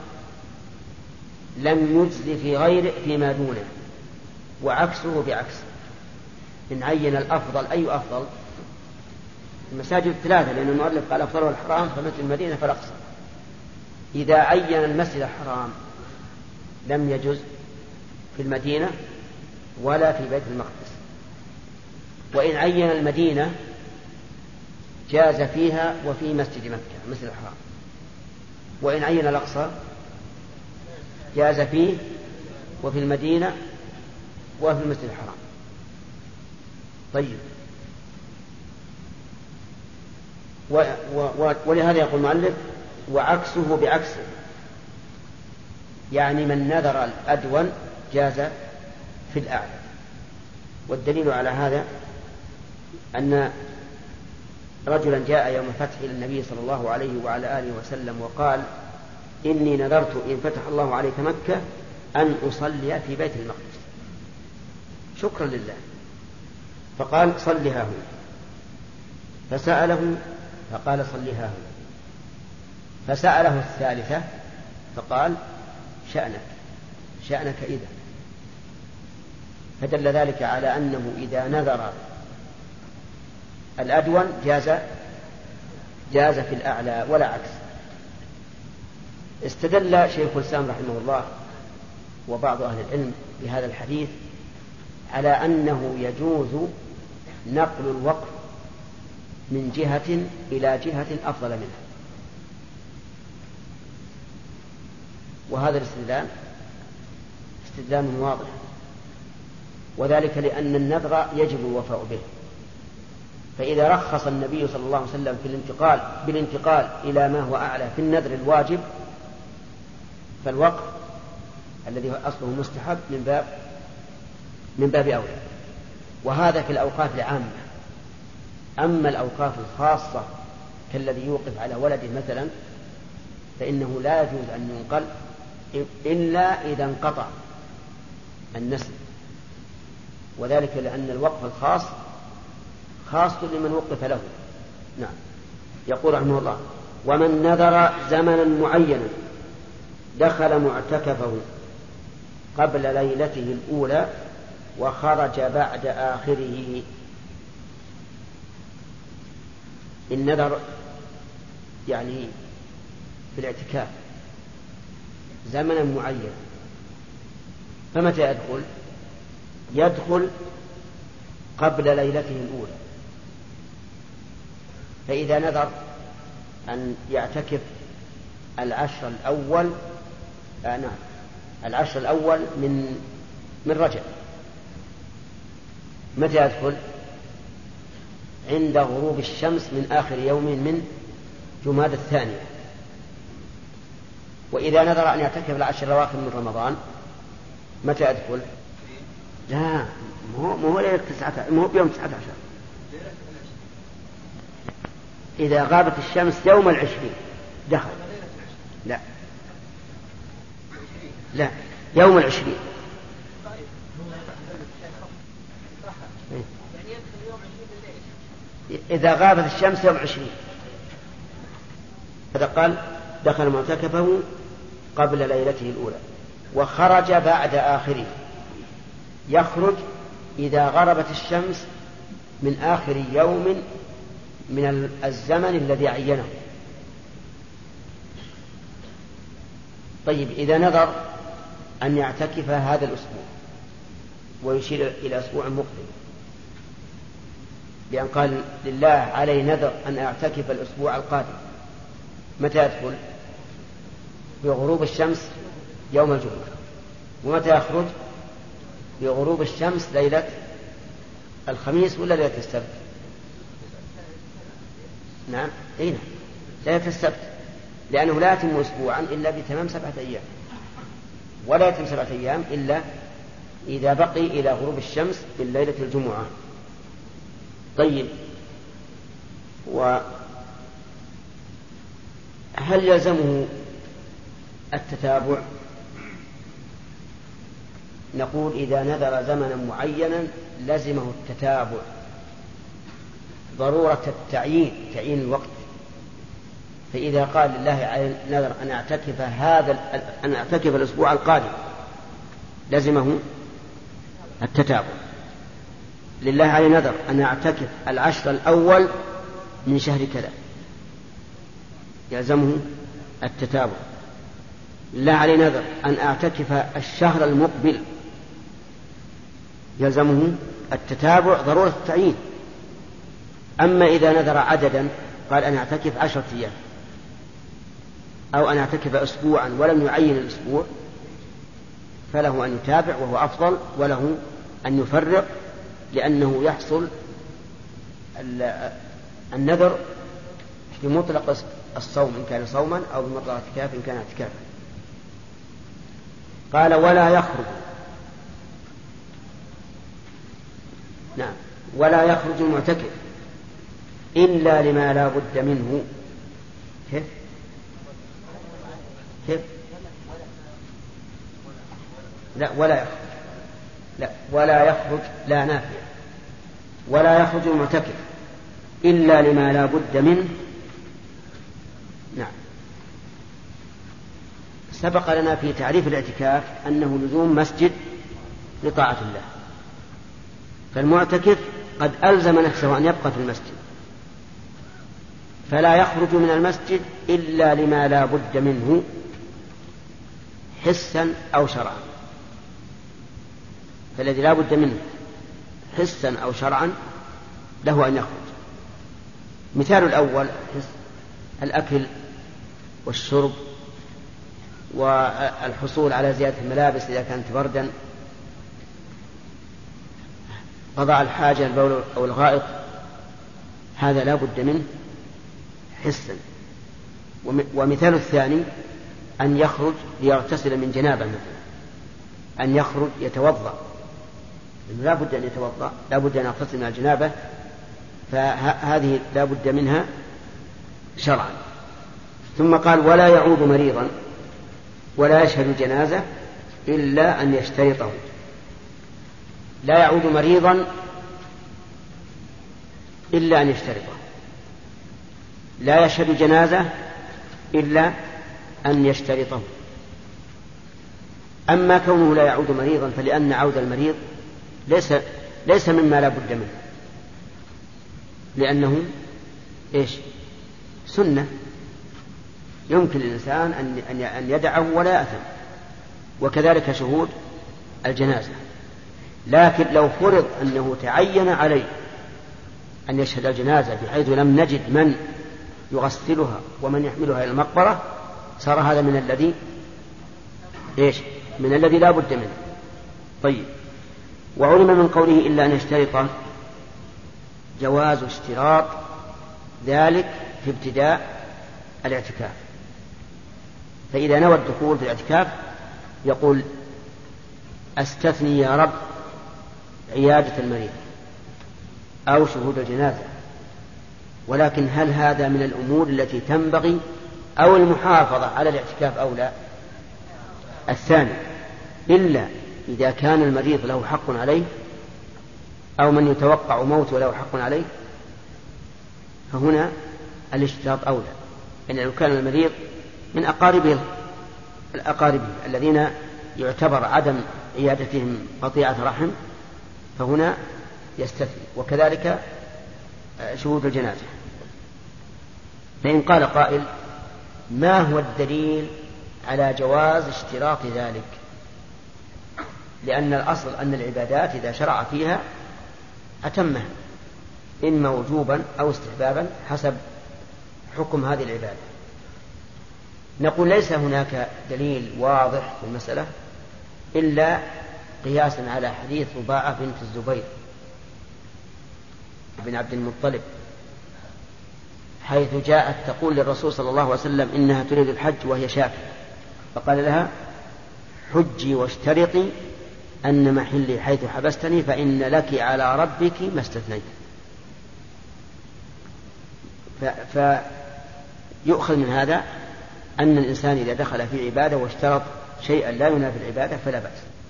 لم يجز في غيره فيما دونه، وعكسه بعكس. إن عين الأفضل أي أفضل؟ المساجد الثلاثة، لأن المؤلف قال أفضل الحرام فمثل المدينة فالأقصى. إذا عين المسجد الحرام لم يجز في المدينة ولا في بيت المقدس. وإن عين المدينة جاز فيها وفي مسجد مكة مثل الحرام. وإن عين الأقصى جاز فيه وفي المدينة وفي المسجد الحرام. طيب، ولهذا يقول المؤلف وعكسه بعكسه، يعني من نذر الأدون جاز في الأعلى. والدليل على هذا أن رجلا جاء يوم الفتح إلى النبي صلى الله عليه وعلى آله وسلم وقال إني نذرت إن فتح الله عليك مكة أن أصلي في بيت المقدس شكرا لله، فقال صلها هنا. فسأله فقال صلها هنا. فسأله الثالثة فقال شأنك إذا. فدل ذلك على أنه إذا نذر الأدون جاز في الأعلى ولا عكس. استدل شيخ الإسلام رحمه الله وبعض أهل العلم بهذا الحديث على أنه يجوز نقل الوقف من جهة إلى جهة أفضل منها، وهذا الاستدلال استدلال واضح، وذلك لأن النذر يجب الوفاء به. فإذا رخص النبي صلى الله عليه وسلم في بالانتقال إلى ما هو أعلى في النذر الواجب، فالوقف الذي هو أصله مستحب من باب أولى. وهذا في الأوقاف العامة. أما الأوقاف الخاصة كالذي يوقف على ولده مثلا فإنه لا يجوز أن ينقل إلا إذا انقطع النسل، وذلك لأن الوقف الخاص خاص لمن وقف له. نعم. يقول رحمه الله ومن نذر زمنا معينا دخل معتكفه قبل ليلته الأولى وخرج بعد آخره. النذر يعني في الاعتكاف زمنا معين، فمتى يدخل قبل ليلته الأولى. فإذا نذر أن يعتكف العشر الأول من رجب، متى يدخل؟ عند غروب الشمس من آخر يوم من جمادى الثانية. وإذا نذر أن يعتكف العشر الأواخر من رمضان متى يدخل؟ لا، مو ليلة 19، مو بيوم 19. إذا غابت الشمس يوم 20 دخل. لا يوم 20. إذا غابت الشمس يوم 20. هذا قال دخل معتكفه قبل ليلته الأولى وخرج بعد آخره. يخرج إذا غربت الشمس من آخر يوم من الزمن الذي عينه. طيب إذا نظر أن يعتكف هذا الأسبوع ويشير إلى أسبوع مقبل، لأن قال لله علي نذر أن أعتكف الأسبوع القادم، متى يدخل؟ بغروب الشمس يوم الجمعة. ومتى يخرج؟ بغروب الشمس ليلة الخميس ولا ليلة السبت؟ نعم ليلة السبت، لأنه لا يتم أسبوعا إلا بتمام 7 أيام، ولا يتم 7 أيام إلا إذا بقي إلى غروب الشمس من ليلة الجمعة. طيب، وهل يلزمه التتابع؟ نقول إذا نذر زمنا معينا لزمه التتابع، ضرورة تعيين الوقت. فإذا قال لله علي نذر أن أعتكف الأسبوع القادم لزمه التتابع. لله علي نذر أن أعتكف 10 الأول من شهر كذا يلزمه التتابع. لله علي نذر أن أعتكف الشهر المقبل يلزمه التتابع، ضرورة التعيين. أما إذا نذر عددا، قال أن أعتكف 10 أيام أو أن أعتكف أسبوعا ولم يعين الأسبوع، فله أن يتابع وهو أفضل، وله أن يفرق، لأنه يحصل النذر بمطلق الصوم إن كان صوما، أو بمطلق اعتكاف إن كان اعتكافا. قال ولا يخرج، نعم، ولا يخرج المعتكف إلا لما لا بد منه. كيف؟ لا ولا يخرج لا نافع. ولا يخرج المعتكف إلا لما لا بد منه. نعم، سبق لنا في تعريف الاعتكاف أنه لزوم مسجد لطاعة الله، فالمعتكف قد ألزم نفسه أن يبقى في المسجد، فلا يخرج من المسجد إلا لما لا بد منه حسا أو شرعا. فالذي لا بد منه حسا أو شرعا له أن يخرج. مثال الأول الأكل والشرب والحصول على زيادة الملابس إذا كانت بردا، قضاء الحاجة البول أو الغائط، هذا لا بد منه حسا. ومثال الثاني أن يخرج ليغتسل من جنابه، أن يخرج يتوضأ، لأنه لا بد أن يتوضأ، لا بد أن يغتسل من الجنابة، فهذه لا بد منها شرعا. ثم قال ولا يعود مريضا ولا يشهد جنازة إلا أن يشترطه. لا يعود مريضا إلا أن يشترطه، لا يشهد جنازة إلا أن يشترطه. أما كونه لا يعود مريضا فلأن عود المريض ليس مما لا بد منه، لأنه سنة يمكن الإنسان أن يدعه ولا يأثم، وكذلك شهود الجنازة. لكن لو فرض أنه تعين عليه أن يشهد الجنازة بحيث لم نجد من يغسلها ومن يحملها إلى المقبرة، صار هذا من الذي لا بد منه. طيب، وعلم من قوله إلا أن يشترط جواز اشتراط ذلك في ابتداء الاعتكاف. فإذا نوى الدخول في الاعتكاف يقول أستثني يا رب عيادة المريض أو شهود الجنازة. ولكن هل هذا من الأمور التي تنبغي أو المحافظة على الاعتكاف أولى؟ الثاني، إلا إذا كان المريض له حق عليه أو من يتوقع موته له حق عليه، فهنا الاشتراط أولى. يعني لو كان المريض من أقاربه الذين يعتبر عدم عيادتهم قطيعة رحم، فهنا يستثني. وكذلك شهود الجنازة. فإن قال قائل: ما هو الدليل على جواز اشتراط ذلك؟ لأن الأصل أن العبادات إذا شرع فيها أتمها، إما وجوبا أو استحبابا حسب حكم هذه العبادة. نقول: ليس هناك دليل واضح في المسألة إلا قياسا على حديث رباعة بنت الزبير بن عبد المطلب، حيث جاءت تقول للرسول صلى الله عليه وسلم إنها تريد الحج وهي شافية، فقال لها: حجي واشترطي أن محلي حيث حبستني فإن لك على ربك ما استثنيت. فيؤخذ من هذا أن الإنسان إذا دخل في عبادة واشترط شيئا لا ينافي العبادة فلا بأس.